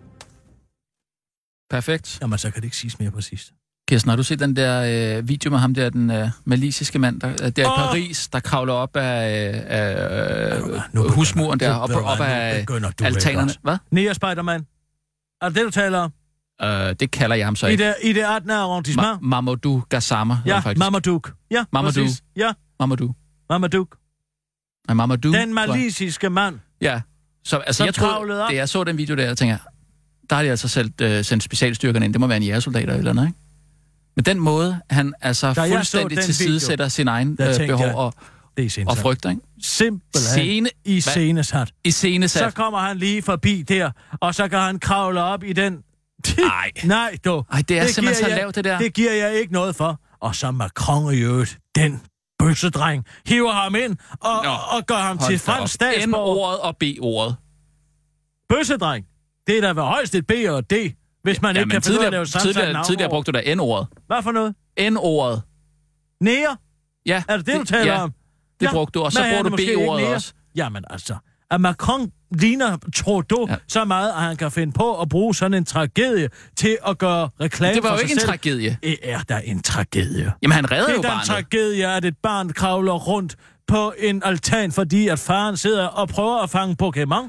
Perfekt. Jamen, så kan det ikke siges mere præcist. Kirsten, har du set den der video med ham der, den malisiske mand, der i Paris, der kravler op af husmuren der, op af altanerne? Hvad? Nea Spiderman. Er det det, du taler om? Det kalder jeg ham så ikke. I det 18. arrondissement? Mamadou Gassama. Ja, Mamadou. Ja, Mamadou. Ja. Mamadou. Mamadou. Nej, Mamadou. Den malisiske mand. Ja. Så altså, jeg troede, da jeg så den video der, jeg tænker, der har de altså selv sendt specialstyrkerne ind. Det må være en jægersoldater eller noget, ikke? Men den måde, han altså fuldstændig tilsidesætter sin egen behov og frygter, ikke? Simpelthen iscenesat. Iscenesat. Så kommer han lige forbi der, og så kan han kravle op i den... Nej, du. Ej, det er simpelthen så lavt, det der. Det giver jeg ikke noget for. Og så Macron i øvrigt, den bøssedreng, hiver ham ind og gør ham til fransk statsborger. N-ordet og B-ordet. Bøssedreng. Det er da ved højst et B og et D, hvis man ikke kan finde ud af at lave sammensat navn. Tidligere brugte du da N-ordet. Hvad for noget? N-ordet. Nære? Ja. Er det, du taler om? Det brugte du, og så bruger du B-ordet også. Jamen altså, at Macron ligner Trudeau så meget, at han kan finde på at bruge sådan en tragedie til at gøre reklame for sig selv. Det var jo ikke en tragedie. Det er da en tragedie. Jamen, han redder jo barnet. Det er da en tragedie, at et barn kravler rundt på en altan, fordi at faren sidder og prøver at fange Pokémon.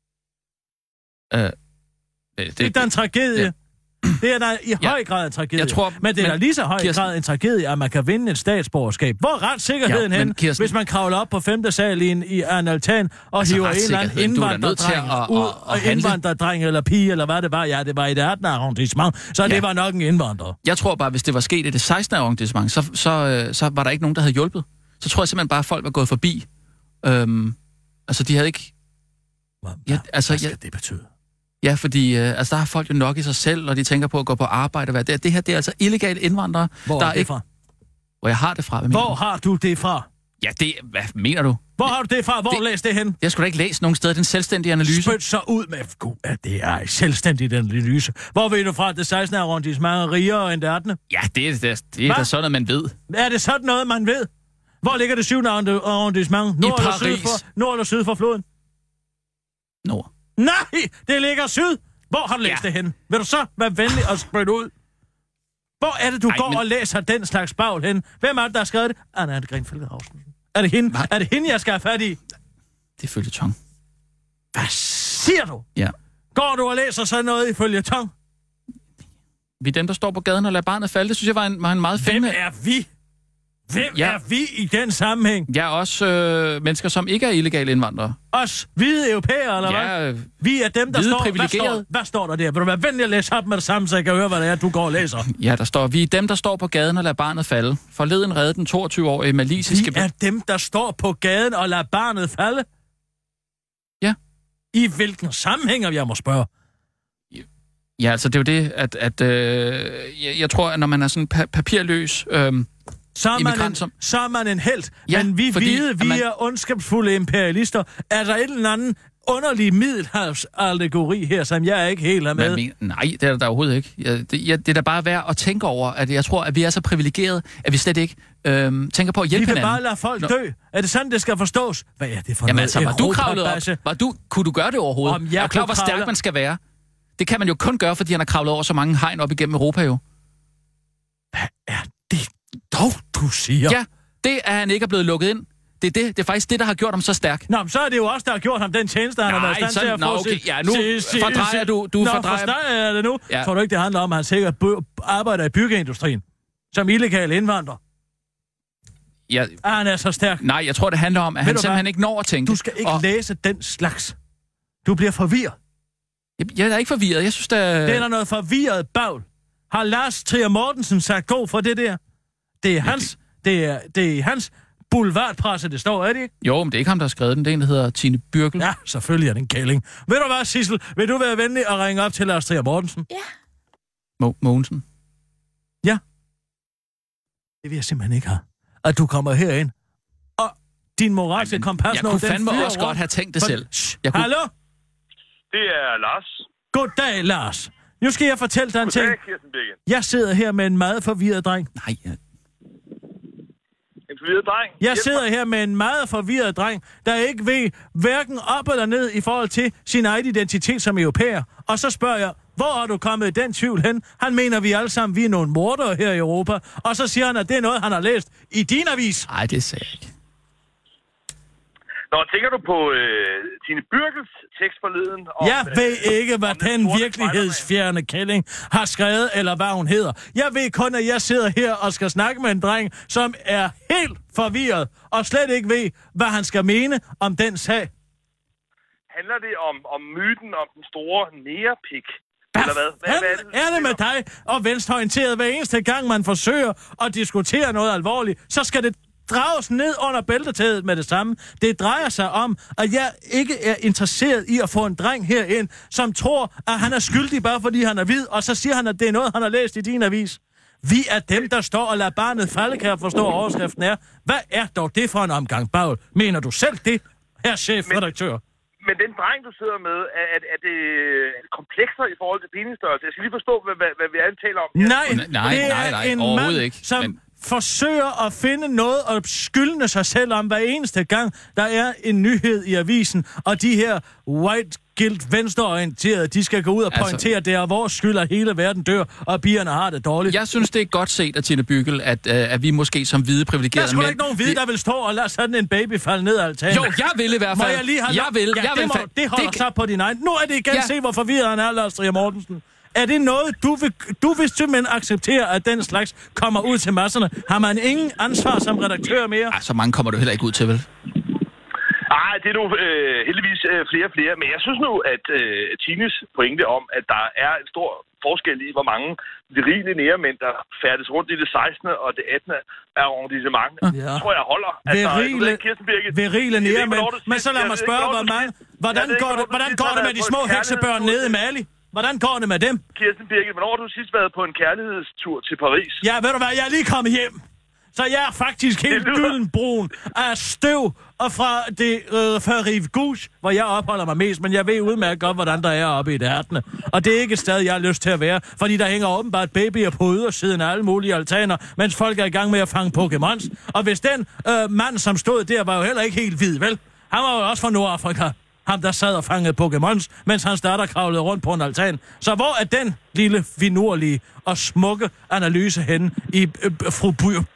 Det er da en tragedie. Ja. Det er da i høj grad en tragedie. Men det er da lige så høj grad en tragedie, at man kan vinde et statsborgerskab. Hvor er retssikkerheden hen, hvis man kravler op på 5. sal i en altan og altså, hiver en eller anden indvandrerdreng ud, og indvandrerdreng eller pige, eller hvad det var. Ja, det var i det 18. arrondissement, så det var nok en indvandrer. Jeg tror bare, hvis det var sket i det 16. arrondissement, så var der ikke nogen, der havde hjulpet. Så tror jeg simpelthen bare, at folk var gået forbi. Altså, de havde ikke... Hvad skal det betyde? Ja, fordi der har folk jo nok i sig selv, og de tænker på at gå på arbejde og hvad det er. Det her, det er altså illegale indvandrere. Hvor der er det fra? Hvor jeg har det fra. Hvor har du det fra? Ja, hvad mener du? Hvor har du det fra? Hvor læs det hen? Jeg skulle da ikke læse nogen steder. Det er en selvstændig analyse. Spyt så ud med, gud, at det er en selvstændig analyse. Hvor ved du fra, at det 16. arrondissement er rigere end det 18. Ja, det er da sådan noget, man ved. Er det sådan noget, man ved? Hvor ligger det 7. arrondissement? Nord I Paris. Nord eller syd for floden? Nord. Nej, det ligger syd. Hvor har du læst det hen? Vil du så være venlig og spytte ud? Hvor er det, du går og læser den slags bagl hen? Hvem er det, der har skrevet det? Nej, det er Gren Felgenhausen. Er det hende? Er det hende, jeg skal have fat i? Det er følgetong. Hvad siger du? Ja. Går du og læser sådan noget i følgetong? Vi er dem, der står på gaden og lader barnet falde. Det synes jeg var en meget fændende... Hvem er vi? Hvem er vi i den sammenhæng? Jeg er også mennesker, som ikke er illegale indvandrere. Os hvide europæere, eller hvad? Vi er dem, der står... Hvad står der der? Vil du være venlig at læse op med det samme, så jeg kan høre, hvad det er, du går og læser? Ja, der står, vi er dem, der står på gaden og lader barnet falde. Forleden redde den 22-årige malisiske... Vi er dem, der står på gaden og lader barnet falde? Ja. I hvilken sammenhæng, jeg må spørge? Ja, altså det er jo det, at jeg tror, at når man er sådan papirløs... Så er man en helt, ja, men vi er ondskabsfulde imperialister. Er der et eller andet underlig middelhavsallegori her, som jeg ikke helt er med? Nej, det er der overhovedet ikke. Det er da bare værd at tænke over, at jeg tror, at vi er så privilegerede, at vi slet ikke tænker på at hjælpe hinanden. Vi vil bare lade folk dø. Er det sådan, det skal forstås? Hvad er det for noget? Altså, var du kravlet op? Kunne du gøre det overhovedet? Jeg er klar, hvor stærk man skal være. Det kan man jo kun gøre, fordi han har kravlet over så mange hegn op igennem Europa jo. Hvad er det dog, du siger? Ja, det er han ikke er blevet lukket ind. Det er faktisk det, der har gjort ham så stærk. Nå, men så er det jo også, der har gjort ham den tjeneste, han har været stand til at få. Okay. Ja, nu fordrejer du. Forstår jeg det nu? Ja. Tror du ikke, det handler om, at han sikkert arbejder i byggeindustrien? Som illegal indvandrer? Ja. Han er så stærk. Nej, jeg tror, det handler om, at han simpelthen ikke når at tænke. Du skal ikke læse den slags. Du bliver forvirret. Jeg er ikke forvirret. Jeg synes, det er noget forvirret bagl. Har Lars Trier Mortensen sagt god for det der? Det er hans, det er hans boulevardpresse, det står, er det ikke? Jo, men det er ikke ham, der har skrevet den. Det er en, der hedder Tine Bürgel. Ja, selvfølgelig er det en kælling. Ved du hvad, Sissel? Vil du være venlig at ringe op til Lars Trier Mortensen? Ja. Mogensen? Ja. Det vil jeg simpelthen ikke have. At du kommer herind, og din moralske kompas... Jeg kunne fandme også godt have tænkt det selv. Hallo? Det er Lars. Goddag, Lars. Nu skal jeg fortælle dig en ting. Jeg sidder her med en meget forvirret dreng. Nej, En forvirret dreng? Jeg sidder her med en meget forvirret dreng, der ikke ved hverken op eller ned i forhold til sin egen identitet som europæer. Og så spørger jeg, hvor har du kommet i den tvivl hen? Han mener, vi alle sammen vi er nogle mordere her i Europa. Og så siger han, at det er noget, han har læst i din avis. Nej, det sagde jeg ikke. Nå, tænker du på Tine Bürgels tekst forleden? Om, jeg ved ikke, hvad den virkelighedsfjerne kælling har skrevet, eller hvad hun hedder. Jeg ved kun, at jeg sidder her og skal snakke med en dreng, som er helt forvirret, og slet ikke ved, hvad han skal mene om den sag. Handler det om myten om den store nærepik? Hvad er det med dig og venstreorienteret? Hver eneste gang, man forsøger at diskutere noget alvorligt, så skal det drages ned under bæltetædet med det samme. Det drejer sig om, at jeg ikke er interesseret i at få en dreng herind, som tror, at han er skyldig bare fordi han er hvid, og så siger han, at det er noget, han har læst i din avis. Vi er dem, der står og lader barnet falde, kan jeg forstå, overskriften er. Hvad er dog det for en omgang bagl? Mener du selv det, herr chefredaktør? Men den dreng, du sidder med, er det komplekser i forhold til penisstørrelse? Jeg skal lige forstå, hvad vi alle taler om. Nej, en overhovedet mand, ikke. Som forsøger at finde noget og skyldne sig selv om hver eneste gang, der er en nyhed i avisen, og de her white guilt venstreorienterede, de skal gå ud og pointere, det er vores skyld, at hele verden dør, og pigerne har det dårligt. Jeg synes, det er godt set af Tine Bürgel, at vi måske som hvide privilegerede mænd... Der er sgu ikke nogen hvide, der vil stå og lade sådan en baby falde ned af altanen. Jo, jeg vil i hvert fald. Må jeg lige have... Det holder så på din egen. Nu er det igen, se hvor forvirret han er, Lars Trier Mortensen. Er det noget, du vil simpelthen acceptere, at den slags kommer ud til masserne? Har man ingen ansvar som redaktør mere? Ej, så mange kommer du heller ikke ud til, vel? Nej, det er nu heldigvis flere og flere. Men jeg synes nu, at Tines pointe om, at der er en stor forskel i, hvor mange virile nærmænd, der færdes rundt i det 16. og det 18. arrondissement, tror jeg holder. Virile nærmænd. Men så lad mig spørge, hvor mange... Hvordan går det med de små heksebørn nede i Mali? Hvordan går det med dem? Kirsten Birgit, hvornår har du sidst været på en kærlighedstur til Paris? Ja, ved du hvad, jeg er lige kommet hjem. Så jeg er faktisk helt gyldenbrun af støv og fra Rive Gauche, hvor jeg opholder mig mest, men jeg ved udmærket godt, hvordan der er oppe i det 18. Og det er ikke et sted, jeg har lyst til at være, fordi der hænger åbenbart babyer på ydersiden af alle mulige altaner, mens folk er i gang med at fange Pokémons. Og hvis den mand, som stod der, var jo heller ikke helt hvid, vel? Han var jo også fra Nordafrika. Ham, der sad og fangede Pokémons, mens hans datter kravlede rundt på en altan. Så hvor er den lille, finurlige og smukke analyse henne i fru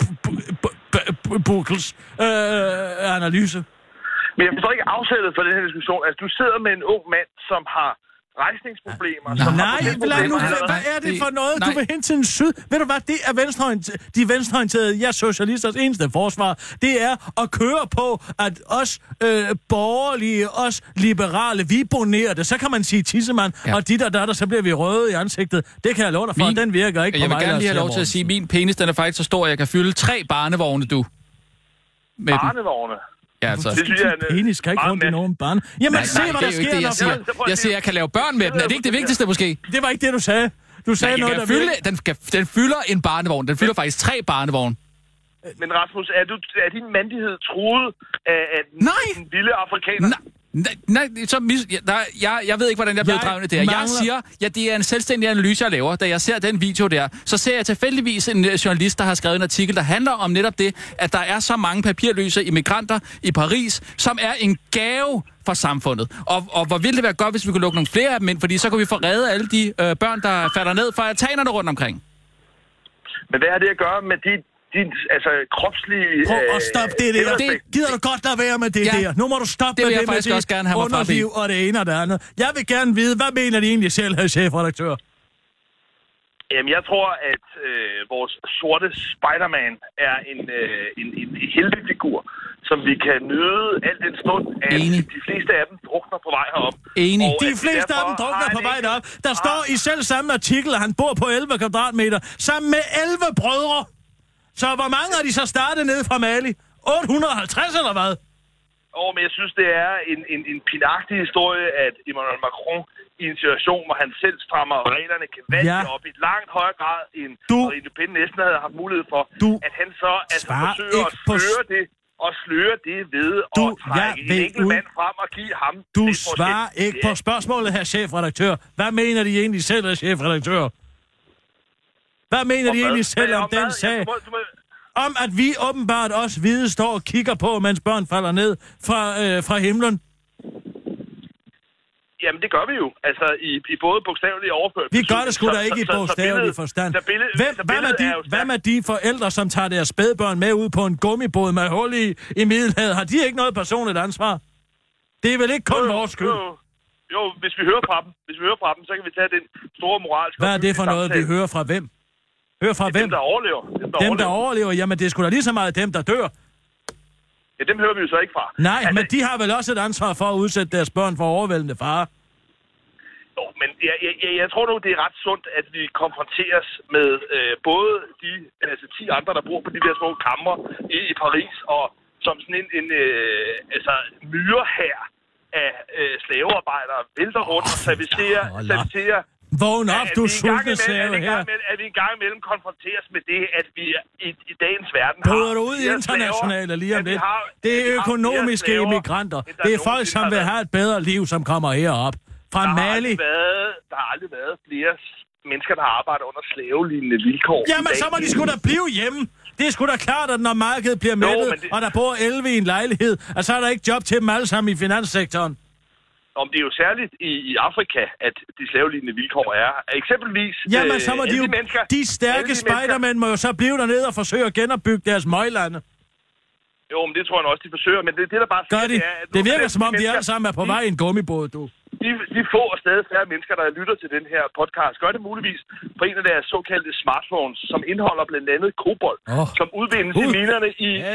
Burkels analyse? Men jeg forstår ikke afsættet for den her diskussion. Altså, du sidder med en ung mand, som har rejsningsproblemer. Hvad er det for noget? Du vil hen til en syd. Ved du hvad, det er de venstreorienterede, socialisters eneste forsvar. Det er at køre på, at os borgerlige, os liberale, vi bonerer det. Så kan man sige tissemand, og dit og datter, så bliver vi røde i ansigtet. Det kan jeg love dig for, den virker ikke på mig. Jeg vil gerne lige have lov til at sige, at min penis, den er faktisk så stor, at jeg kan fylde 3 barnevogne, du. Med barnevogne? Ja, altså. Det synes jeg er penis kan ikke rundt i nogen barn. Jamen, se hvad der sker, jeg siger. Jeg siger, jeg kan lave børn med den. Er det ikke det vigtigste, måske? Det var ikke det, du sagde. Du sagde noget, der den fylder en barnevogn. Den fylder faktisk 3 barnevogne. Men Rasmus, er din mandighed truet af den vilde afrikaner? Nej, jeg ved ikke, hvordan jeg blev drevet i det her. Jeg siger, det er en selvstændig analyse, jeg laver. Da jeg ser den video der, så ser jeg tilfældigvis en journalist, der har skrevet en artikel, der handler om netop det, at der er så mange papirløse immigranter i Paris, som er en gave for samfundet. Og hvor ville det være godt, hvis vi kunne lukke nogle flere af dem ind, fordi så kunne vi få reddet alle de børn, der falder ned fra altanerne rundt omkring. Men hvad har det at gøre med din kropslige... Prøv at stoppe det der. Gider du godt lade være med det der? Nu må du stoppe med det med dit underliv og det ene og det andet. Jeg vil gerne vide, hvad mener de egentlig selv, her chefredaktør? Jamen, jeg tror, at vores sorte Spider-Man er en heltefigur, som vi kan nyde alt den stund, at de fleste af dem drukner på vej herop. Enig. De fleste af dem drukner på vej derop. Der står i selv samme artikel, at han bor på 11 kvadratmeter, sammen med 11 brødre. Så hvor mange er de så startet ned fra Mali? 850 eller hvad? Men jeg synes, det er en pinagtig historie, at Emmanuel Macron i en situation, hvor han selv strammer reglerne gevaldigt op i langt højere grad, end Marine Le Pen næsten havde haft mulighed for, at han så forsøger at sløre det ved at trække en enkelt mand frem og give ham... Du svarer ikke på spørgsmålet, her chefredaktør. Hvad mener de egentlig selv, her chefredaktør? Hvad mener de egentlig selv om den sag? Om at vi åbenbart også hvide står og kigger på, mens børn falder ned fra himlen? Jamen, det gør vi jo. Altså, i både bogstavelige og overført. Vi gør det sgu da ikke i bogstavelig forstand. Hvad med de forældre, som tager deres spædbørn med ud på en gummibåd med hul i Middelhavet? Har de ikke noget personligt ansvar? Det er vel ikke kun vores skyld? Jo, hvis vi hører fra dem, så kan vi tage den store moralske... Hvad er det for noget, vi hører fra hvem? Hør fra hvem? Dem, der overlever. Dem, der overlever? Jamen, det er sgu da lige så meget dem, der dør. Ja, dem hører vi jo så ikke fra. Nej, men de har vel også et ansvar for at udsætte deres børn for overvældende fare. Jo, men jeg tror nu, det er ret sundt, at vi konfronteres med både de 10 andre, der bor på de der små kamre i Paris, og som sådan en myrehær af slavearbejdere vælter rundt og servicerer vågn op, du sultne slave her. At vi en gang imellem konfronteres med det, at vi i dagens verden har... du ud i internationale lige om det? Det er økonomiske immigranter. Det er folk, som vil have et bedre liv, som kommer herop. Fra Mali. Der har aldrig været flere mennesker, der arbejder under slavelignende vilkår. Jamen, så må de sgu da blive hjemme. Det er sgu da klart, at når markedet bliver mættet, og der bor 11 i en lejlighed, og så er der ikke job til dem alle sammen i finanssektoren. Om det er jo særligt i Afrika, at de slavelignende vilkår er. Eksempelvis... Jamen, så må de stærke spejdermænd må jo så blive dernede og forsøge at genopbygge deres møglande. Jo, men det tror jeg også, de forsøger. Men det der bare... Gør de? Det virker som om, de alle sammen er på vej i en gummibåd, du. De få og stadig færre mennesker, der lytter til den her podcast, gør det muligvis på en af deres såkaldte smartphones, som indeholder blandt andet kobolt, som udvindes i minerne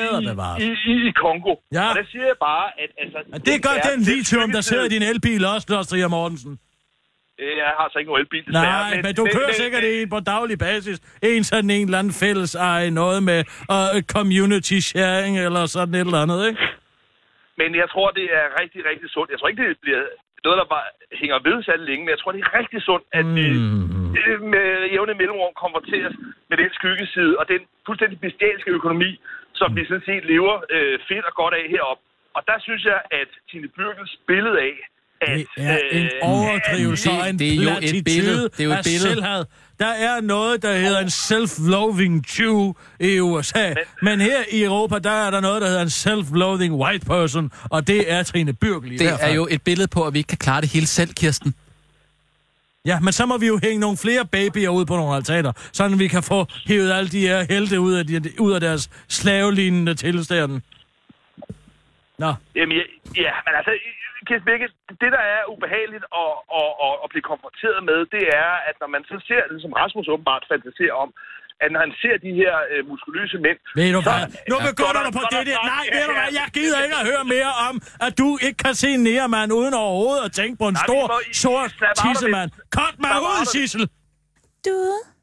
i Kongo. Ja. Og der siger jeg bare, at... det gør den lithium, der sidder i din elbil også, Lars Mortensen. Jeg har altså ikke nogen elbil, desværre. Nej, men du kører sikkert en på daglig basis. En eller anden fælles noget med community sharing eller sådan et eller andet, ikke? Men jeg tror, det er rigtig, rigtig sundt. Jeg tror ikke, det bliver noget, der bare hænger ved særlig længe, men jeg tror, det er rigtig sundt, at vi med jævne mellemrum konfronteres med den skyggeside og den fuldstændig bestialske økonomi, som vi sådan set lever fedt og godt af heroppe. Og der synes jeg, at Tine Bürkels billede af, Det er en overdrivelse og en platitude af selvhad. Der er noget, der hedder en self-loathing Jew i USA. Men her i Europa, der er der noget, der hedder en self-loathing white person, og det er Trine Bürgel i hvert fald. Det er jo et billede på, at vi ikke kan klare det hele selv, Kirsten. Ja, men så må vi jo hænge nogle flere babyer ud på nogle altaner, sådan vi kan få hævet alle de her helte ud af deres slavelignende tilstanden. Nå. Jamen, ja, men altså, Kirsten Birgit, det der er ubehageligt at blive konfronteret med, det er, at når man så ser det, som Rasmus åbenbart fantaserer om, at når han ser de her muskuløse mænd... Ved du hvad? Nu begynder du på det der. Nej, ved du hvad? Jeg gider ikke at høre mere om, at du ikke kan se en nærmand uden overhovedet at tænke på en stor, sort tissemand. Kort mig ud, Sissel! Du